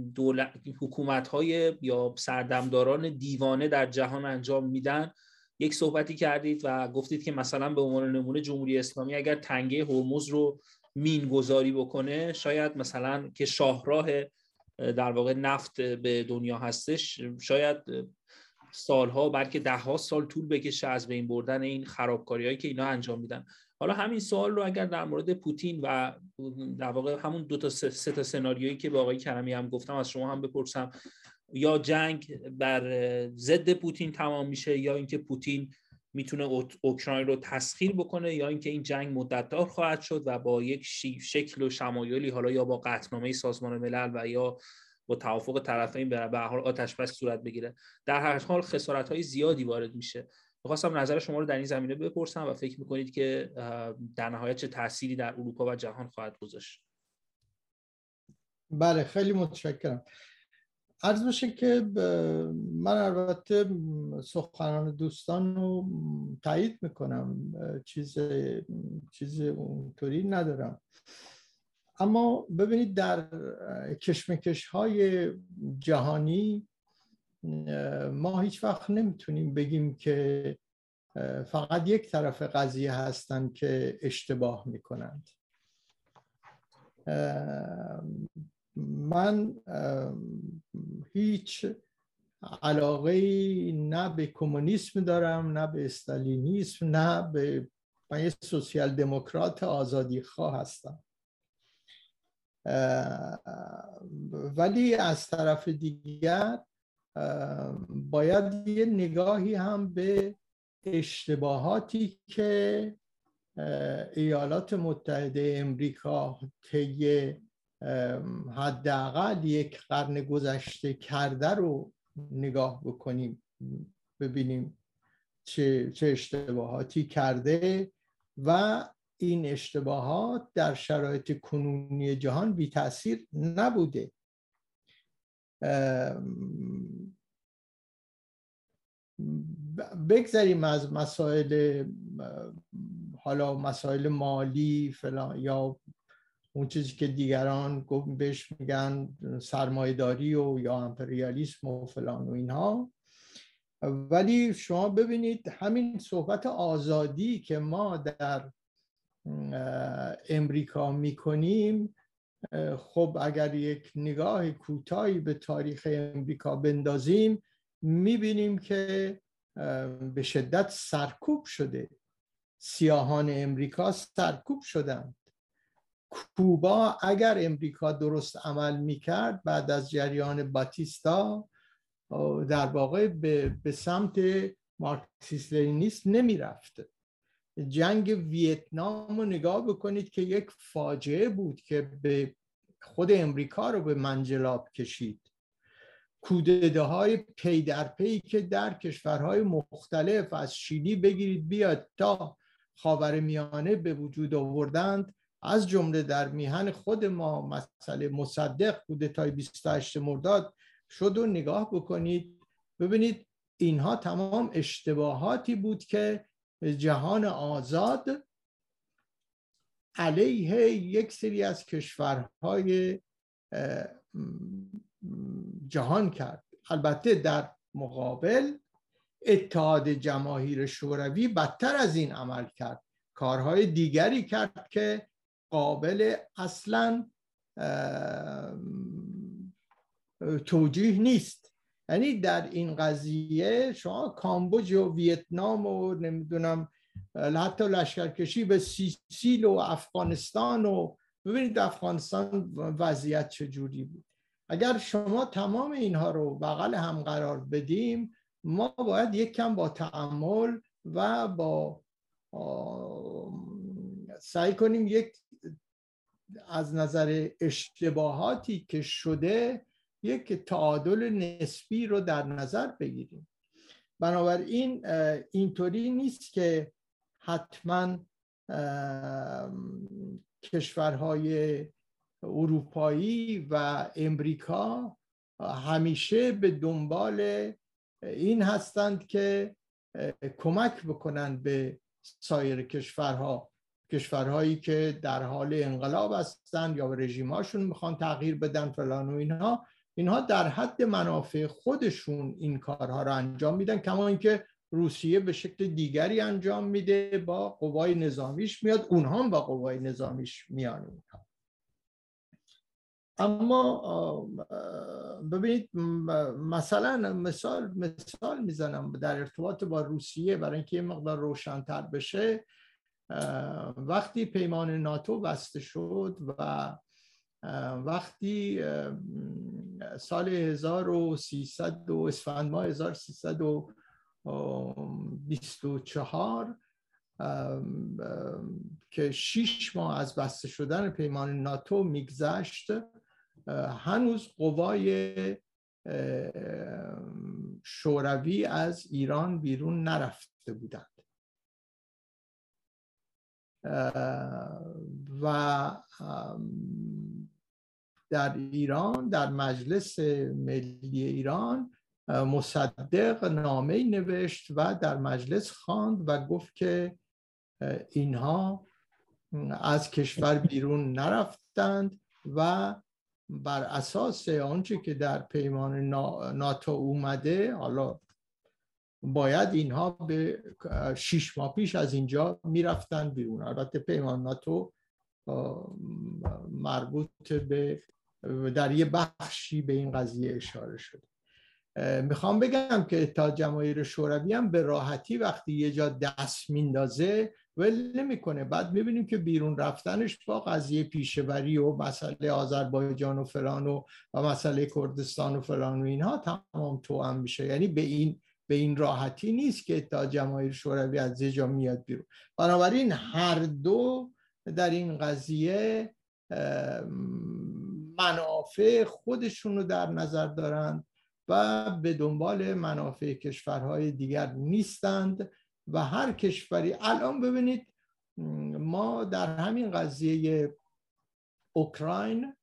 حکومت‌های یا سردمداران دیوانه در جهان انجام میدن یک صحبتی کردید و گفتید که مثلا به عنوان نمونه جمهوری اسلامی اگر تنگه هرمز رو مین گذاری بکنه، شاید مثلا که شاهراه در واقع نفت به دنیا هستش، شاید سالها بلکه دهها سال طول بکشه از بین بردن این خرابکاری‌هایی که اینا انجام میدن. حالا همین سوال رو اگر در مورد پوتین و در واقع همون سه تا سناریویی که به آقای کرمی هم گفتم از شما هم بپرسم، یا جنگ بر ضد پوتین تمام میشه، یا اینکه پوتین میتونه اوکراین رو تسخیر بکنه، یا اینکه این جنگ مدت‌دار خواهد شد و با یک شکل و شمایلی، حالا یا با قطعنامه سازمان ملل و یا با توافق طرفین به هر حال آتش بس صورت بگیره. در هر حال خسارت‌های زیادی وارد میشه. می‌خواستم نظر شما رو در این زمینه بپرسم و فکر می‌کنید که در نهایت چه تأثیری در اروپا و جهان خواهد گذاشت؟ بله، خیلی متشکرم. عرض بشه که من البته سخنان دوستان رو تایید میکنم، چیز اونطوری ندارم، اما ببینید در کشمکش های جهانی ما هیچ وقت نمیتونیم بگیم که فقط یک طرف قضیه هستن که اشتباه میکنند. من هیچ علاقه نه به کمونیسم دارم، نه به استالینیسم، نه به من یه سوسیال دموکرات آزادی خواه هستم. ولی از طرف دیگر باید یه نگاهی هم به اشتباهاتی که ایالات متحده امریکا طی حداقل یک قرن گذشته کرده رو نگاه بکنیم، ببینیم چه اشتباهاتی کرده و این اشتباهات در شرایط کنونی جهان بی تأثیر نبوده. بگذاریم از مسائل، حالا مسائل مالی فلان یا اون چیزی که دیگران بهش میگن سرمایه‌داری و یا امپریالیسم و فلان و اینها، ولی شما ببینید همین صحبت آزادی که ما در امریکا میکنیم، خب اگر یک نگاه کوتاهی به تاریخ امریکا بندازیم میبینیم که به شدت سرکوب شده. سیاهان امریکا سرکوب شدند. کوبا اگر امریکا درست عمل میکرد بعد از جریان باتیستا در واقع به سمت مارکسیست لنینیسم نمیرفت. جنگ ویتنام رو نگاه بکنید که یک فاجعه بود که به خود امریکا رو به منجلاب کشید. کودته های پی در پی که در کشورهای مختلف از شیلی بگیرید بیاد تا خاورمیانه به وجود آوردند، از جمله در میهن خود ما مسئله مصدق کودتای 28 مرداد شد و نگاه بکنید ببینید اینها تمام اشتباهاتی بود که جهان آزاد علیه یک سری از کشورهای جهان کرد. البته در مقابل اتحاد جماهیر شوروی بدتر از این عمل کرد، کارهای دیگری کرد که قابل اصلاً توجیه نیست. یعنی در این قضیه شما کامبوج و ویتنام و نمیدونم حتی لشکرکشی به سیسیل و افغانستان و ببینید افغانستان وضعیت چجوری بود. اگر شما تمام اینها رو بغل هم قرار بدیم ما باید یک کم با تأمل و با سعی کنیم یک از نظر اشتباهاتی که شده یک تعادل نسبی رو در نظر بگیریم. بنابراین اینطوری نیست که حتما کشورهای اروپایی و امریکا همیشه به دنبال این هستند که کمک بکنند به سایر کشورهایی که در حال انقلاب هستند یا رژیم‌هاشون میخوان تغییر بدن فلان و اینها در حد منافع خودشون این کارها رو انجام میدن، کما اینکه روسیه به شکل دیگری انجام میده، با قوای نظامیش میاد، اونها هم با قوای نظامیش میان. اما ببینید مثلا مثال میزنم در ارتباط با روسیه برای اینکه یه مقدار روشن‌تر بشه. وقتی پیمان ناتو بسته شد و وقتی سال 1300 و اسفند ماه 1324 که 6 ماه از بسته شدن پیمان ناتو میگذشت، هنوز قوای شوروی از ایران بیرون نرفته رفته بودند. و در ایران، در مجلس ملی ایران، مصدق نامه‌ای نوشت و در مجلس خواند و گفت که اینها از کشور بیرون نرفتند و بر اساس آنچه که در پیمان ناتو اومده، حالا باید اینها به 6 ماه پیش از اینجا میرفتن بیرون. البته پیمان ناتو مربوط به در یه بخشی به این قضیه اشاره شده. میخوام بگم که اتحاد جماهیر شوروی هم به راحتی وقتی یه جا دست میندازه ول نمیکنه. بعد میبینیم که بیرون رفتنش با قضیه پیشه‌وری و مسئله آذربایجان و فلان و مسئله کردستان و فلان و اینها تمام توأم میشه. یعنی به این راحتی نیست که اتحاد جماهیر شوروی از یه جا میاد بیرون. بنابراین هر دو در این قضیه منافع خودشون رو در نظر دارند و به دنبال منافع کشورهای دیگر نیستند و هر کشوری الان ببینید ما در همین قضیه اوکراین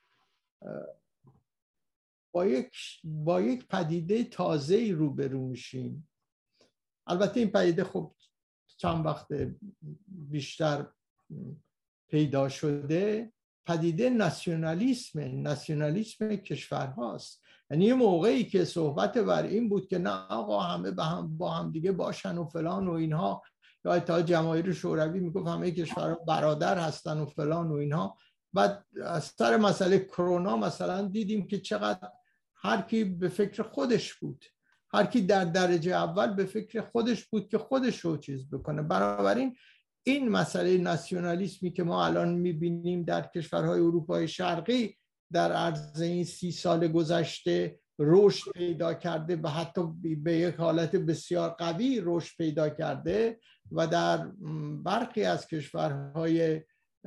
با یک پدیده تازه‌ای روبرو میشیم. البته این پدیده خب چند وقت بیشتر پیدا شده، پدیده ناسیونالیسم کشورهاست. یعنی یه موقعی که صحبت بر این بود که نه آقا همه با هم دیگه باشن و فلان و اینها، یا اتحاد جماهیر شوروی میگفت همه کشورها برادر هستن و فلان و اینها. بعد از سر مسئله کرونا مثلا دیدیم که چقدر هر کی به فکر خودش بود، هر کی در درجه اول به فکر خودش بود که خودش رو چیز بکنه. بنابراین این مسئله ناسیونالیسمی که ما الان میبینیم در کشورهای اروپای شرقی در عرض این 30 سال گذشته رشد پیدا کرده و حتی به یک حالت بسیار قوی رشد پیدا کرده و در برخی از کشورهای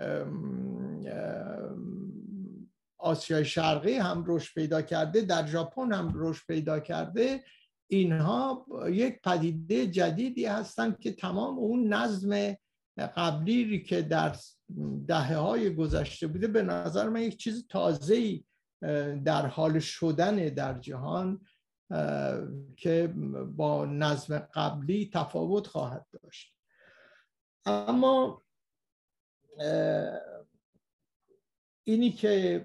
آسیای شرقی هم رشد پیدا کرده، در ژاپن هم رشد پیدا کرده. اینها یک پدیده جدیدی هستند که تمام اون نظم قبلی که در دهه‌های گذشته بوده به نظر من یک چیز تازه‌ای در حال شدن در جهان که با نظم قبلی تفاوت خواهد داشت. اما اینی که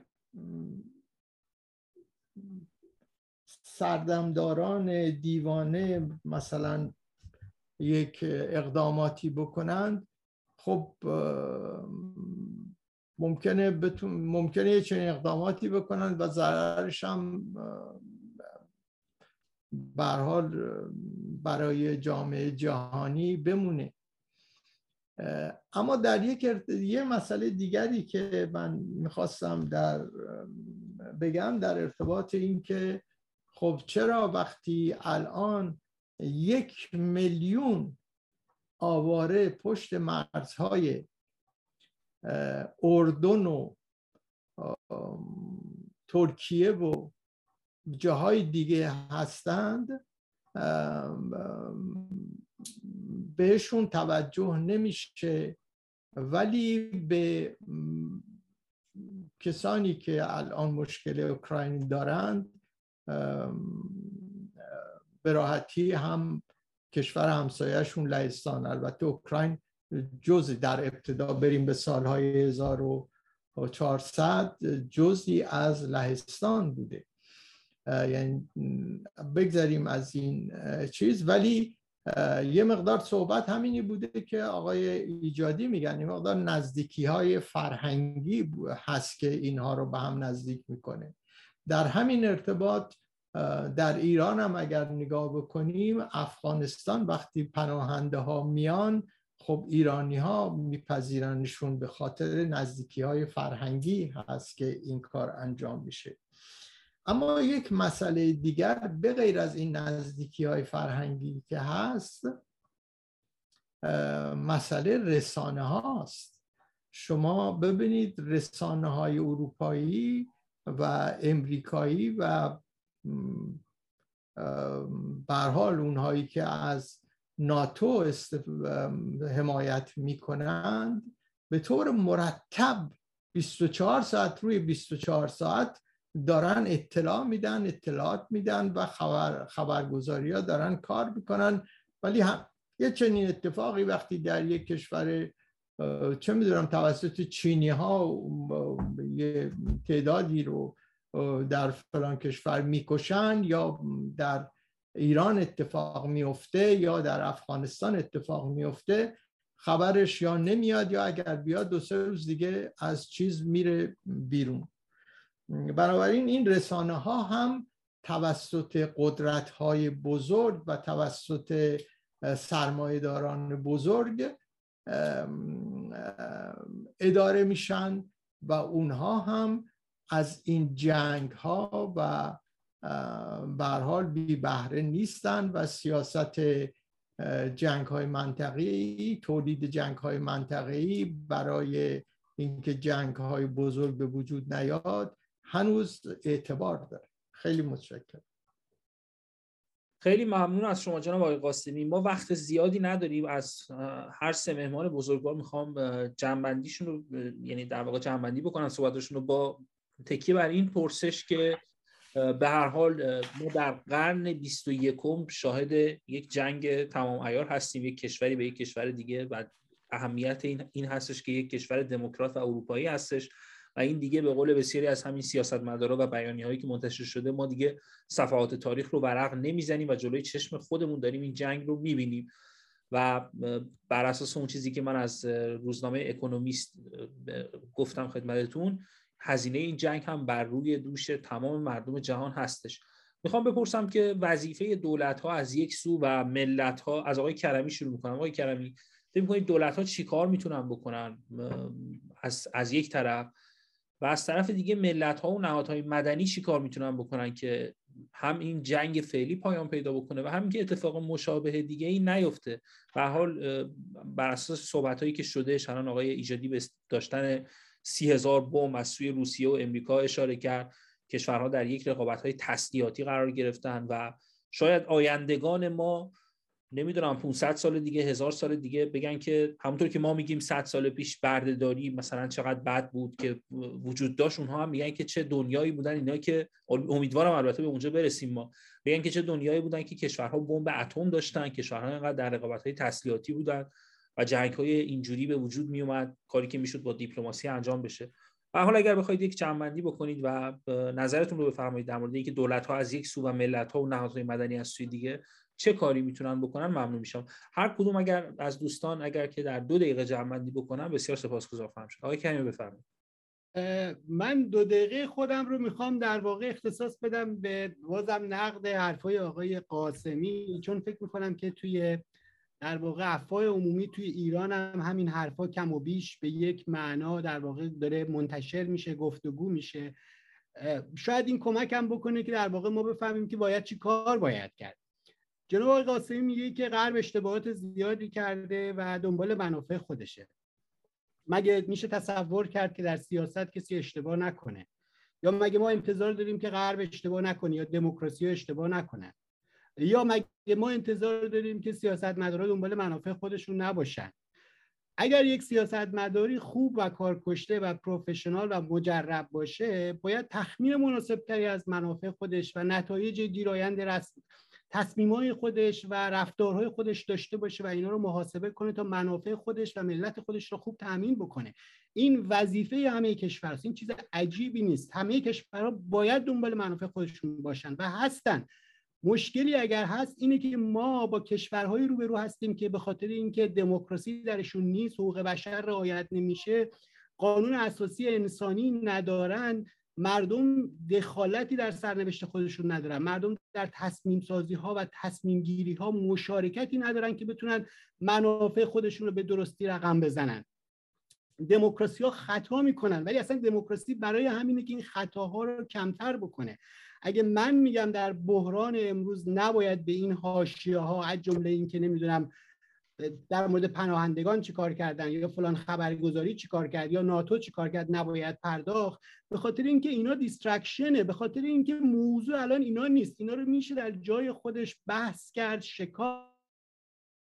سردمداران دیوانه مثلا یک اقداماتی بکنند، خب ممکنه چنین اقداماتی بکنند و ضررش هم به هر حال برای جامعه جهانی بمونه. اما در یه مسئله دیگری که من میخواستم بگم در ارتباط این که خب چرا وقتی الان 1 میلیون آواره پشت مرزهای اردن و ترکیه و جاهای دیگه هستند بهشون توجه نمیشه، ولی به کسانی که الان مشکل اوکراین دارند به راحتی هم کشور همسایه‌شون لهستان، البته اوکراین جزئی در ابتدا بریم به سالهای 1400 جزئی از لهستان بوده. یعنی بگذاریم از این چیز، ولی یه مقدار صحبت همینی بوده که آقای ایجادی میگن یه مقدار نزدیکی‌های فرهنگی هست که اینها رو به هم نزدیک میکنه. در همین ارتباط در ایران هم اگر نگاه بکنیم، افغانستان وقتی پناهنده ها میان، خب ایرانی ها میپذیرنشون به خاطر نزدیکی های فرهنگی هست که این کار انجام میشه. اما یک مسئله دیگر به غیر از این نزدیکی های فرهنگی که هست، مسئله رسانه هاست. شما ببینید رسانه های اروپایی و امریکایی و به هر حال اونهایی که از ناتو حمایت میکنند به طور مرتب 24 ساعت روی 24 ساعت دارن اطلاعات میدن و خبرگزاری ها دارن کار میکنن. ولی یه چنین اتفاقی وقتی در یک کشور چه میدونم توسط چینی ها یه تعدادی رو در فلان کشور میکشن یا در ایران اتفاق میفته یا در افغانستان اتفاق میفته، خبرش یا نمیاد یا اگر بیاد 2-3 روز دیگه از چیز میره بیرون. بنابراین این رسانه ها هم توسط قدرت های بزرگ و توسط سرمایه‌داران بزرگ اداره میشن و اونها هم از این جنگ ها و به هر حال بی بهره نیستن و سیاست جنگ های منطقه‌ای، تولید جنگ های منطقه‌ای برای اینکه جنگ های بزرگ به وجود نیاد هنوز اعتبار داره. خیلی متشکرم. خیلی ممنون از شما جناب آقای قاسمی. ما وقت زیادی نداریم. از هر 3 مهمان بزرگوار میخوام جمع‌بندیشون رو، یعنی در واقع جمع‌بندی بکنن صحبتشون رو با تکیه بر این پرسش که به هر حال ما در قرن 21 شاهد یک جنگ تمام عیار هستیم، یک کشوری به یک کشور دیگه، و اهمیت این هستش که یک کشور دموکرات و اروپایی هستش و این دیگه به قول بسیاری از همین سیاستمدارا و بیانیه‌هایی که منتشر شده ما دیگه صفحات تاریخ رو ورق نمیزنیم و جلوی چشم خودمون داریم این جنگ رو میبینیم و بر اساس اون چیزی که من از روزنامه اکونومیست گفتم خدمتتون، هزینه این جنگ هم بر روی دوش تمام مردم جهان هستش. میخوام بپرسم که وظیفه دولت‌ها از یک سو و ملت‌ها، از آقای کرمی شروع می‌کنم. آقای کرمی، فکر می‌کنید دولت‌ها چیکار میتونن بکنن از یک طرف، و از طرف دیگه ملت‌ها و نهادهای مدنی چیکار میتونن بکنن که هم این جنگ فعلی پایان پیدا بکنه و هم که اتفاق مشابه دیگه ای نیفته؟ به هر حال بر اساس صحبت‌هایی که شده، الان آقای ایجادی به داشتن 30,000 بمب از سوی روسیه و امریکا اشاره کرد. کشورها در یک رقابت‌های تسلیحاتی قرار گرفتن و شاید آیندگان ما نمیدونم 500 سال دیگه، 1000 سال دیگه بگن که همونطور که ما میگیم 100 سال پیش بردهداری مثلا چقدر بد بود که وجود داشت، اونها هم میگن که چه دنیایی بودن اینا، که امیدوارم البته به اونجا برسیم، ما بگن که چه دنیایی بودن که کشورها بمب اتم داشتن، کشورها اینقدر در رقابت‌های تسلیحاتی بودن و جنگ‌های اینجوری به وجود می اومد، کاری که میشد با دیپلماسی انجام بشه. به هر حال اگر بخواید یک جمع‌بندی بکنید و نظرتون رو بفرمایید در مورد اینکه دولت‌ها از یک سو و ملت‌ها و نهادهای مدنی از سوی دیگه چه کاری میتونن بکنن، ممنون میشم. هر کدوم اگر از دوستان اگر که در 2 دقیقه جمع‌بندی بکنن بسیار سپاسگزار خواهم شد. آقای کریمی بفرمایید. من 2 دقیقه خودم رو میخوام در واقع اختصاص بدم به بازم نقد حرفای آقای قاسمی، چون فکر میکنم که توی در واقع افواه عمومی توی ایران هم همین حرفا کم و بیش به یک معنا در واقع داره منتشر میشه، گفتگو میشه. شاید این کمک هم بکنه که در واقع ما بفهمیم که باید چی کار باید کرد. جناب آقای قاسمی میگه که غرب اشتباهات زیادی کرده و دنبال منافع خودشه. مگه میشه تصور کرد که در سیاست کسی اشتباه نکنه؟ یا مگه ما انتظار داریم که غرب اشتباه نکنه یا دموکراسی اشتباه نکنه؟ یا مگه ما انتظار داریم که سیاستمدارا دنبال منافع خودشون نباشن؟ اگر یک سیاستمداری خوب و کارکشته و پروفشنال و مجرب باشه، باید تخمین مناسبتری از منافع خودش و نتایج گیرایند تصمیم‌های خودش و رفتارهای خودش داشته باشه و اینا رو محاسبه کنه تا منافع خودش و ملت خودش رو خوب تامین بکنه. این وظیفه همه کشورها است. این چیز عجیبی نیست. همه کشورها باید دنبال منافع خودشون باشن و هستن. مشکلی اگر هست اینه که ما با کشورهای روبرو هستیم که به خاطر اینکه دموکراسی درشون نیست، حقوق بشر رعایت نمیشه، قانون اساسی انسانی ندارن، مردم دخالتی در سرنوشت خودشون ندارن، مردم در تصمیم سازی ها و تصمیم گیری ها مشارکتی ندارن که بتونن منافع خودشون رو به درستی رقم بزنن. دموکراسی ها خطا میکنن، ولی اصلا دموکراسی برای همینه که این خطاها رو کمتر بکنه. اگه من میگم در بحران امروز نباید به این حاشیه ها، از جمله این که نمیدونم در مورد پناهندگان چی کار کردن یا فلان خبرگزاری چی کار کرد یا ناتو چی کار کرد، نباید پرداخت، به خاطر اینکه اینا دیسترکشنه، به خاطر اینکه موضوع الان اینا نیست. اینا رو میشه در جای خودش بحث کرد، شکار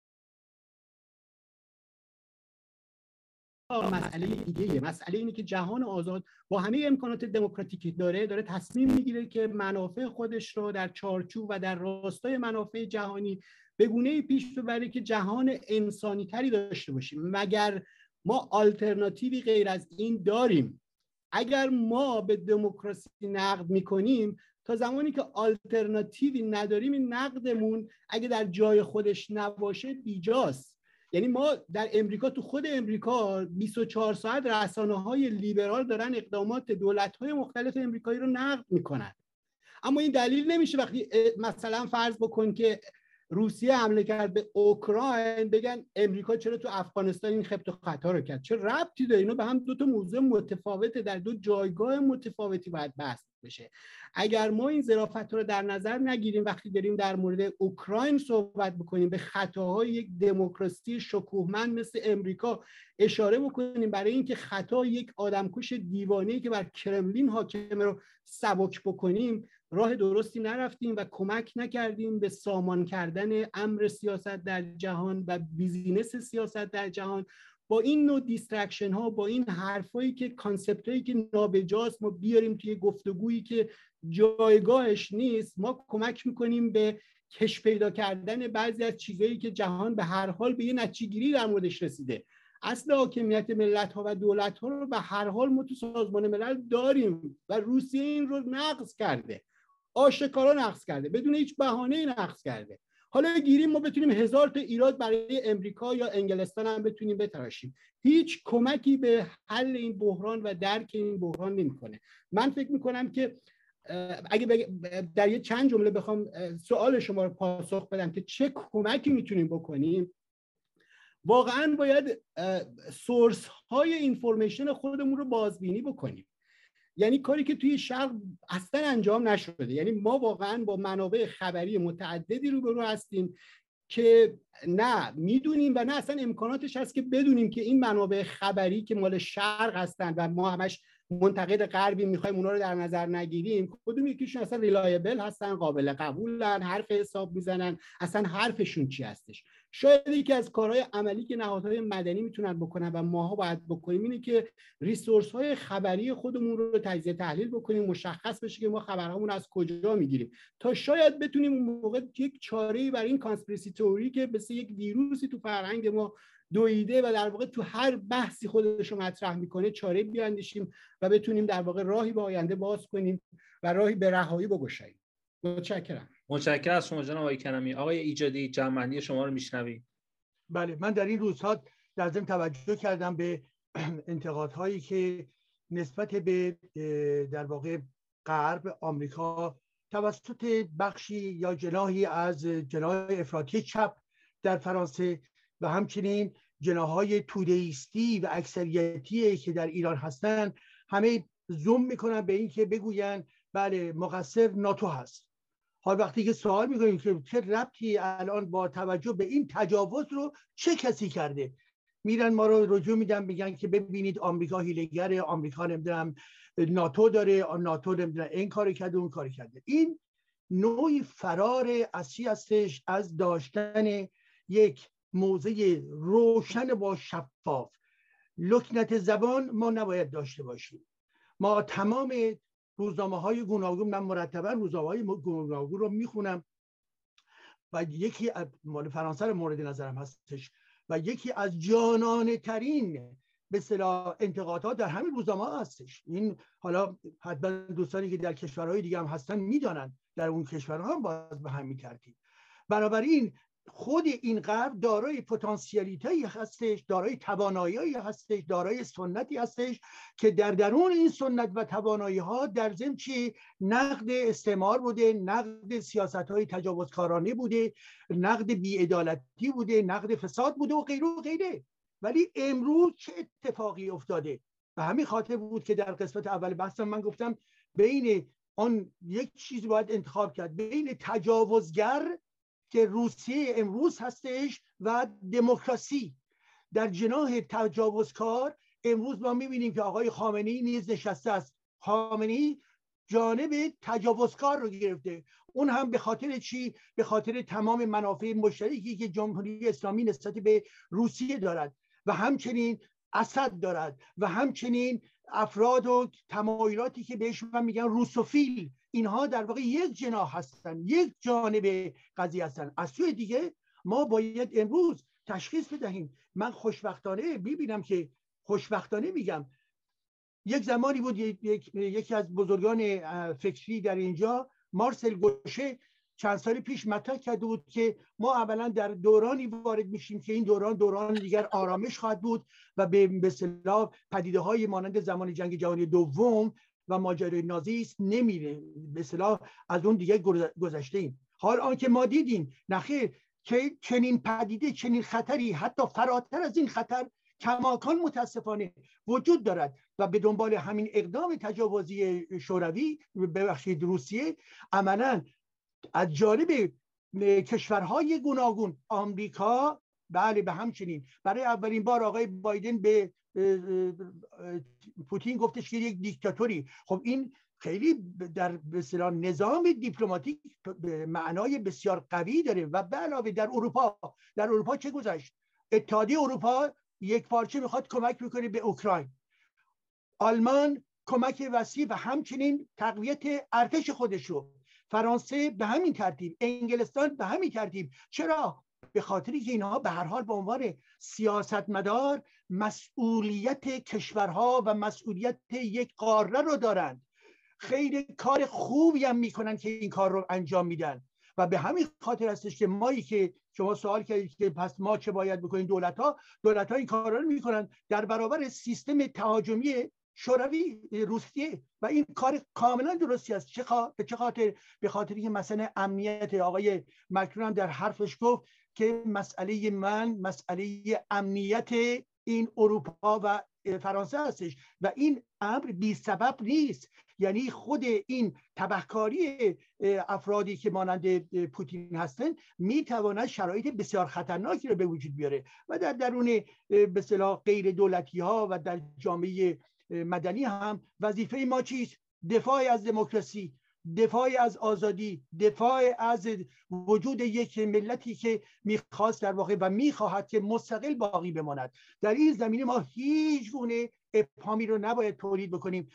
مسئله دیگه، مسئله اینه که جهان آزاد با همه امکانات دموکراتیکی داره تصمیم میگیره که منافع خودش رو در چارچوب و در راستای منافع جهانی به گونه‌ای پیش ببره که جهان انسانی تری داشته باشیم. مگر ما آلترناتیوی غیر از این داریم؟ اگر ما به دموکراسی نقد میکنیم، تا زمانی که آلترناتیوی نداریم، این نقدمون اگه در جای خودش نباشه بیجاست. یعنی ما در امریکا، تو خود امریکا 24 ساعت رسانه‌های لیبرال دارن اقدامات دولت‌های مختلف امریکایی رو نقد میکنن. اما این دلیل نمیشه وقتی مثلا فرض بکن که روسیه حمله کرد به اوکراین بگن امریکا چرا تو افغانستان این خبط و خطا رو کرد. چه ربطی داره؟ اینا به هم دو تا موضوع متفاوته، در دو جایگاه متفاوتی باید بحث بشه. اگر ما این ظرافت رو در نظر نگیریم وقتی داریم در مورد اوکراین صحبت بکنیم، به خطاهای یک دموکراسی شکوهمند مثل امریکا اشاره بکنیم، برای اینکه خطا یک آدمکش دیوانه‌ای که بر کرملین حاکمه رو سبک بکنیم، راه درستی نرفتیم و کمک نکردیم به سامان کردن امر سیاست در جهان و بیزینس سیاست در جهان. با این نوع دیسترکشن ها، با این حرفایی که کانسپت هایی که نابجاست ما بیاریم توی گفتگویی که جایگاهش نیست، ما کمک میکنیم به کش پیدا کردن بعضی از چیزایی که جهان به هر حال به یه نتیجه گیری در موردش رسیده. اصل حاکمیت ملت ها و دولت ها رو به هر حال ما تو سازمان ملل داریم و روسیه این رو نقض کرده، آشکارا نقض کرده، بدون هیچ بهانه‌ای نقض کرده. حالا گیریم ما بتونیم 1000 تا ایراد برای امریکا یا انگلستان هم بتونیم بتراشیم، هیچ کمکی به حل این بحران و درک این بحران نمی‌کنه. من فکر می‌کنم که اگه در یه چند جمله بخوام سوال شما رو پاسخ بدم که چه کمکی میتونیم بکنیم، واقعا باید سورس های اینفورمیشن خودمون رو بازبینی بکنیم. یعنی کاری که توی شرق اصلا انجام نشده. یعنی ما واقعا با منابع خبری متعددی روبرو هستیم که نه میدونیم و نه اصلا امکاناتش هست که بدونیم که این منابع خبری که مال شرق هستن و ما همش منتقد غربی میخوایم اونا رو در نظر نگیریم، کدوم یکیشون اصلا ریلایبل هستن، قابل قبولن، حرف حساب میزنن، اصلا حرفشون چی هستش. شاید یکی از کارهای عملی که نهادهای مدنی میتونن بکنن و ماها باید بکنیم اینه که ریسورس های خبری خودمون رو تجزیه تحلیل بکنیم، مشخص بشه که ما خبرهامون از کجا میگیریم، تا شاید بتونیم اون موقع یک چاره‌ای برای این کانسپیرسی تئوری که مثل یک ویروسی تو فرهنگ ما دویده و در واقع تو هر بحثی خودش رو مطرح میکنه چاره بیاندیشیم و بتونیم در واقع راهی به آینده باز کنیم و راهی به رهایی بگشاییم. متشکرم. متشکرم از شما جناب آقای کرمی. آقای ایجادی جمع‌بندی شما رو میشنویم. بله، من در این روزها در ضمن توجه کردم به انتقادهایی که نسبت به در واقع غرب آمریکا توسط بخشی یا جناحی از جناح افراطی چپ در فرانسه و همچنین جناح‌های توده‌ایستی و اکثریتی که در ایران هستند، همه زوم میکنن به این که بگوین بله مقصر ناتو هست. حال وقتی که سوال میکنیم که چه ربطی الان با توجه به این تجاوز رو چه کسی کرده، میرن ما رو رجوع میدن میگن که ببینید آمریکا هیله‌گره، آمریکا نمیدونم ناتو داره، ناتو نمیدونم این کاری کرده اون کاری کرده. این نوعی فرار اصلی هستش از داشتن یک موضع روشن با شفاف. لکنت زبان ما نباید داشته باشیم. ما تمام روزنامه‌های گوناگون، من مرتبا روزنامه‌های گوناگون رو میخونم و یکی از مال فرانسه مورد نظرم هستش و یکی از جانانه ترین به اصطلاح انتقادات در همین روزنامه هستش. این حالا حتما دوستانی که در کشورهای دیگه هم هستن میدانن در اون کشورها هم باز به همین ترتیب. بنابراین خود این غرب دارای پتانسیلیتی هستش، دارای توانایی هستش، دارای سنتی هستش که در درون این سنت و توانایی ها در ضمن چی نقد استعمار بوده، نقد سیاست های تجاوزکارانه بوده، نقد بی‌عدالتی بوده، نقد فساد بوده و غیره و غیره. ولی امروز چه اتفاقی افتاده؟ به همین خاطر بود که در قسمت اول بحثم من گفتم بین آن یک چیز باید انتخاب کرد، بین تجاوزگر که روسیه امروز هستش و دموکراسی. در جناح تجاوزکار امروز ما میبینیم که آقای خامنه‌ای نیز نشسته است. خامنه‌ای جانب تجاوزکار رو گرفته، اون هم به خاطر چی؟ به خاطر تمام منافع مشترکی که جمهوری اسلامی نسبت به روسیه دارد و همچنین اسد دارد و همچنین افراد و تمایلاتی که بهش من میگن روسوفیل، اینها در واقع یک جناح هستن، یک جانب قضیه هستن. از سوی دیگه ما باید امروز تشخیص بدهیم. من خوشبختانه میبینم که، خوشبختانه میگم، یک زمانی بود یکی از بزرگان فکری در اینجا، مارسل گوشه، چند سال پیش مطرح کرده بود که ما اولا در دورانی وارد میشیم که این دوران دیگر آرامش خواهد بود و به اصطلاح پدیده‌های مانند زمان جنگ جهانی دوم و ماجرای نازیسم نمیره، به اصطلاح از اون دیگه گذشته ایم. حال آنکه ما دیدیم نخیر که چنین پدیده، چنین خطری، حتی فراتر از این خطر کماکان متاسفانه وجود دارد و به دنبال همین اقدام تجاوزی شوروی، ببخشید روسیه، عملاً از جانب کشورهای گوناگون، آمریکا، بله، به همچنین برای اولین بار آقای بایدن به پوتین گفتش که یک دیکتاتوری. خب این خیلی در به اصطلاح نظام دیپلماتیک معنای بسیار قوی داره. و به علاوه در اروپا چه گذشت؟ اتحادیه اروپا یک پارچه میخواد کمک میکنه به اوکراین، آلمان کمک وسیع و همچنین تقویت ارتش خودش رو، فرانسه به همین ترتیب، انگلستان به همین ترتیب. چرا؟ به خاطری که اینها به هر حال به عنوان سیاستمدار مسئولیت کشورها و مسئولیت یک قاره رو دارند. خیلی کار خوبی هم میکنن که این کار رو انجام میدن و به همین خاطر هستش که مایی که شما سوال کردید که پس ما چه باید بکنیم، دولت ها این کار رو میکنن در برابر سیستم تهاجمی شوروی روسیه و این کار کاملا درستی است. به چه خاطر؟ به خاطری که مثلا امنیت، آقای مکرون هم در حرفش گفت که مسئله امنیت این اروپا و فرانسه هستش و این امر بی سبب نیست. یعنی خود این تبهکاری افرادی که مانند پوتین هستن میتواند شرایط بسیار خطرناکی رو به وجود بیاره و در درون به اصطلاح غیر دولتی ها و در جامعه مدنی هم وظیفه ما چیست؟ دفاع از دموکراسی، دفاع از آزادی، دفاع از وجود یک ملتی که میخواست در واقع و میخواهد که مستقل باقی بماند. در این زمینه ما هیچ گونه ابهامی رو نباید تولید بکنیم.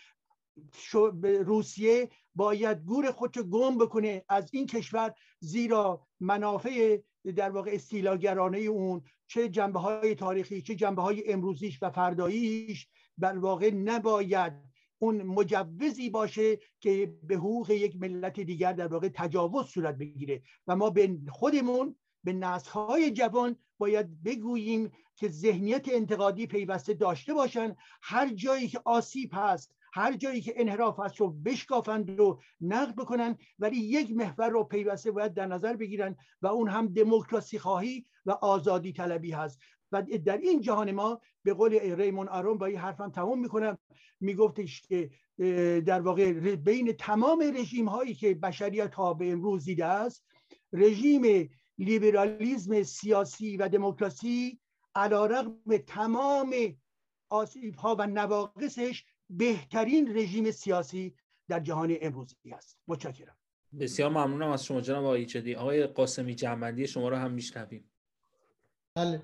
روسیه باید گور خودشو گم بکنه از این کشور، زیرا منافع در واقع استیلاگرانه اون، چه جنبه‌های تاریخی چه جنبه‌های امروزیش و فرداییش، در واقع نباید اون مجوزی باشه که به حقوق یک ملت دیگر در واقع تجاوز صورت بگیره. و ما به خودمون، به نسل‌های جوان باید بگوییم که ذهنیت انتقادی پیوسته داشته باشن، هر جایی که آسیب هست، هر جایی که انحراف هست رو بشکافند و نقد بکنن، ولی یک محور رو پیوسته باید در نظر بگیرن و اون هم دموکراسی خواهی و آزادی طلبی هست. و در این جهان ما، به قول ریمون آرون، با این حرفم تمام میکنم، میگفتش که در واقع بین تمام رژیم هایی که بشریت تا به امروز دیده است، رژیم لیبرالیسم سیاسی و دموکراسی علیرغم تمام آسیب ها و نواقصش بهترین رژیم سیاسی در جهان امروزی است. متشکرم. بسیار ممنونم از شما جناب آقای ایجادی. آقای قاسمی، جنبندی شما رو هم میشنویم. بله،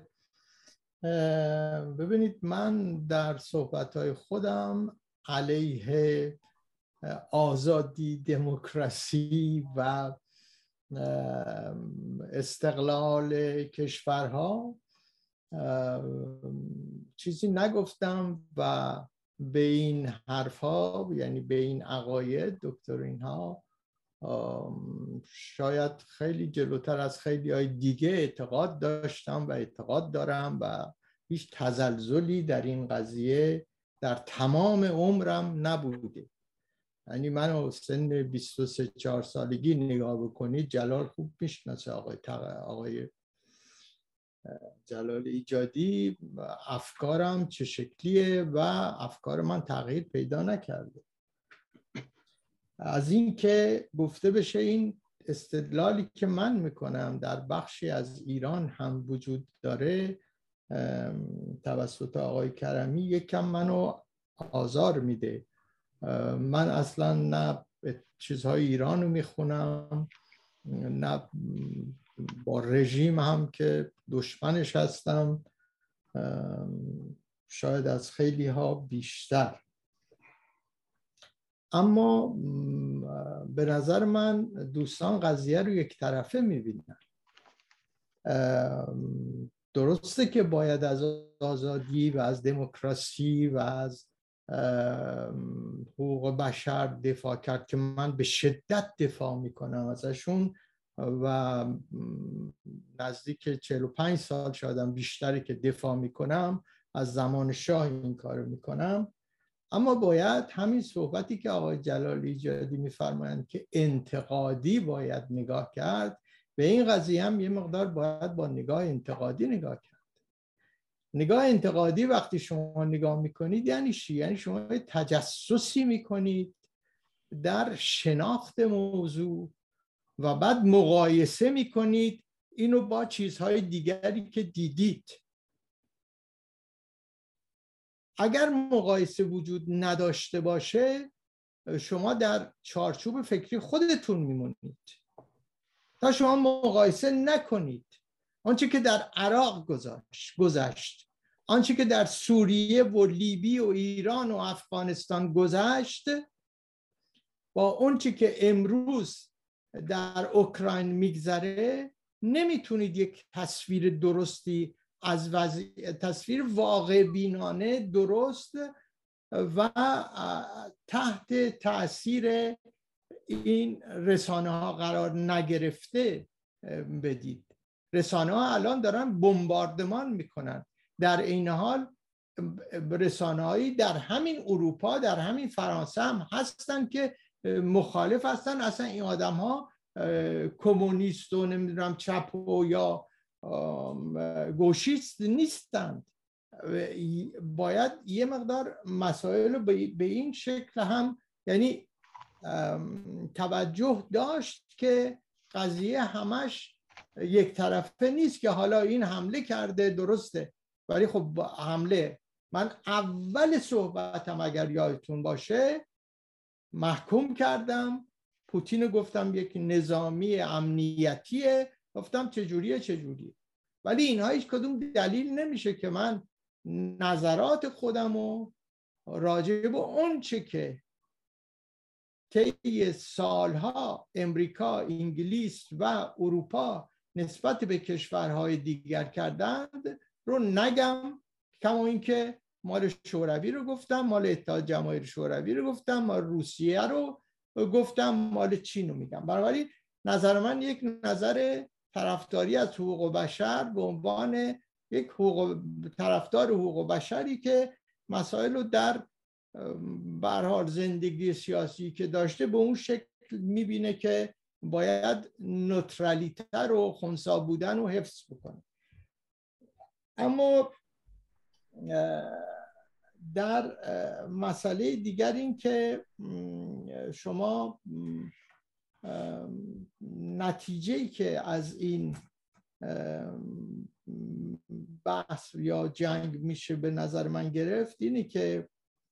ببینید، من در صحبت‌های خودم علیه آزادی، دموکراسی و استقلال کشورها چیزی نگفتم و به این حرفها، یعنی به این عقاید، دکترین ها، شاید خیلی جلوتر از خیلی های دیگه اعتقاد داشتم و اعتقاد دارم و هیچ تزلزلی در این قضیه در تمام عمرم نبوده. یعنی منو سن 23-4 سالگی نگاه بکنید، جلال خوب میشناسه، آقای جلال ایجادی، افکارم چه شکلیه و افکار من تغییر پیدا نکرده. از این که گفته بشه این استدلالی که من میکنم در بخشی از ایران هم وجود داره توسط آقای کرمی، یکم منو آزار میده. من اصلا نه چیزهای ایران رو میخونم، نه با رژیم هم که دشمنش هستم شاید از خیلی ها بیشتر. اما به نظر من دوستان قضیه رو یک طرفه میبینن. درسته که باید از آزادی و از دموکراسی و از حقوق بشر دفاع کرد که من به شدت دفاع میکنم ازشون و نزدیک 45 سال شایدم بیشتری که دفاع میکنم، از زمان شاه این کارو میکنم. اما باید همین صحبتی که آقای جلال ایجادی میفرمایند که انتقادی باید نگاه کرد، به این قضیه هم یه مقدار باید با نگاه انتقادی نگاه کرد. نگاه انتقادی وقتی شما نگاه میکنید یعنی چی؟ یعنی شما تجسسی میکنید در شناخت موضوع و بعد مقایسه میکنید اینو با چیزهای دیگری که دیدید. اگر مقایسه وجود نداشته باشه شما در چارچوب فکری خودتون میمونید تا شما مقایسه نکنید. آنچه که در عراق گذشت، آنچه که در سوریه و لیبی و ایران و افغانستان گذشت، با آنچه که امروز در اوکراین میگذره نمیتونید یک تصویر درستی از تصویر واقع بینانه درست و تحت تأثیر این رسانه ها قرار نگرفته بدید. رسانه ها الان دارن بمباردمان میکنن، در این حال رسانه هایی در همین اروپا، در همین فرانسه هم هستن که مخالف هستن. اصلا این آدم ها کمونیست و نمیدونم چپ و یا گوشیست نیستند. باید یه مقدار مسائل به این شکل هم یعنی توجه داشت که قضیه همش یک طرفه نیست که حالا این حمله کرده درسته، ولی خب حمله، من اول صحبتم اگر یادتون باشه محکوم کردم پوتین، گفتم یک نظامی امنیتیه، گفتم چجوریه، ولی اینها هیچ کدوم دلیل نمیشه که من نظرات خودمو راجع به اون چه که طی سالها امریکا، انگلیس و اروپا نسبت به کشورهای دیگر کردند رو نگم. کما اینکه مال شوروی رو گفتم، مال اتحاد جماهیر شوروی رو گفتم، مال روسیه رو گفتم، مال چین رو میگم. بنابراین نظر من یک نظر طرفداری از حقوق بشر به عنوان یک طرفدار حقوق بشری که مسائل رو در به هر حال زندگی سیاسی که داشته به اون شکل میبینه که باید نوترالیته و خنثی بودن رو حفظ بکنه. اما در مسئله دیگر این که شما نتیجه‌ای که از این بحث یا جنگ میشه به نظر من گرفت اینه که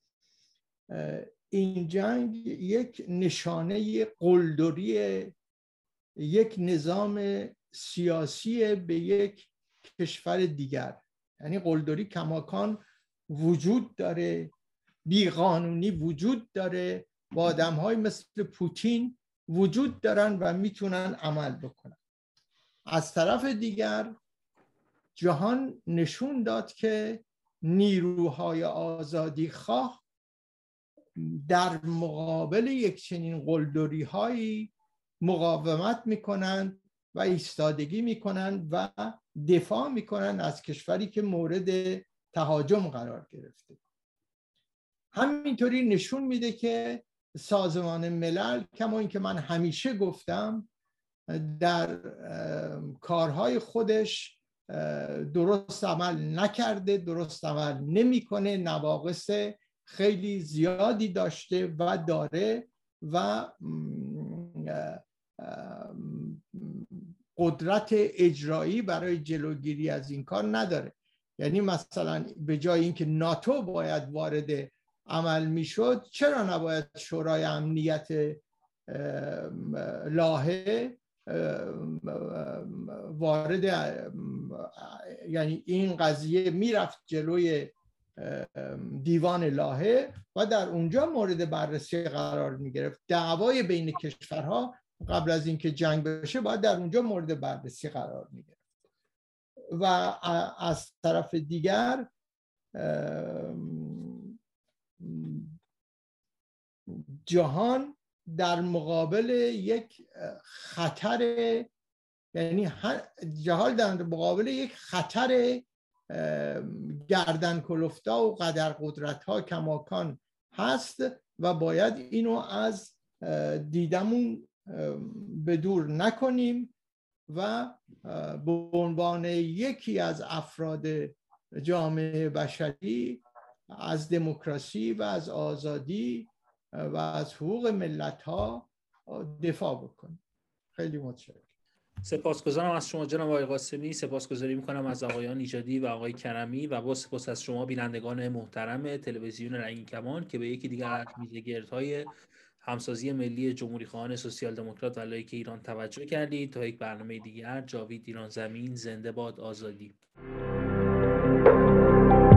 این جنگ یک نشانه قلدری یک نظام سیاسی به یک کشور دیگر، یعنی قلدری کماکان وجود داره، بیقانونی وجود داره و آدم‌های مثل پوتین وجود دارن و میتونن عمل بکنن. از طرف دیگر جهان نشون داد که نیروهای آزادی خواه در مقابل یک چنین قلدری‌هایی مقاومت میکنن و ایستادگی میکنن و دفاع میکنن از کشوری که مورد تهاجم قرار گرفته. همینطوری نشون میده که سازمان ملل، کما اینکه من همیشه گفتم، در کارهای خودش درست عمل نکرده، درست عمل نمیکنه، نواقص خیلی زیادی داشته و داره و قدرت اجرایی برای جلوگیری از این کار نداره. یعنی مثلا به جای اینکه ناتو باید وارد عمل میشد، چرا نباید شورای امنیت لاهه وارد، یعنی این قضیه میرفت جلوی دیوان لاهه و در اونجا مورد بررسی قرار می گرفت. دعوای بین کشورها قبل از اینکه جنگ بشه باید در اونجا مورد بررسی قرار می گرفت. و از طرف دیگر جهان در مقابل یک خطر، یعنی جهان در مقابل یک خطر گردن کلفتا و قدر قدرت ها کماکان هست و باید اینو از دیدمون به دور نکنیم و به عنوان یکی از افراد جامعه بشری از دموکراسی و از آزادی و از حقوق ملت ها دفاع بکنیم. خیلی متشکرم. سپاسگزارم از شما جناب آقای قاسمی، سپاسگزاری میکنم از آقایان ایجادی و آقای کرمی و با سپاس از شما بینندگان محترم تلویزیون رنگین کمان که به یکی دیگر از میزگردهای همسازی ملی جمهوری خواهان سوسیال دموکرات و لایک ایران توجه کردید. تا یک برنامه دیگر، جاوید ایران زمین، زنده باد آزادی.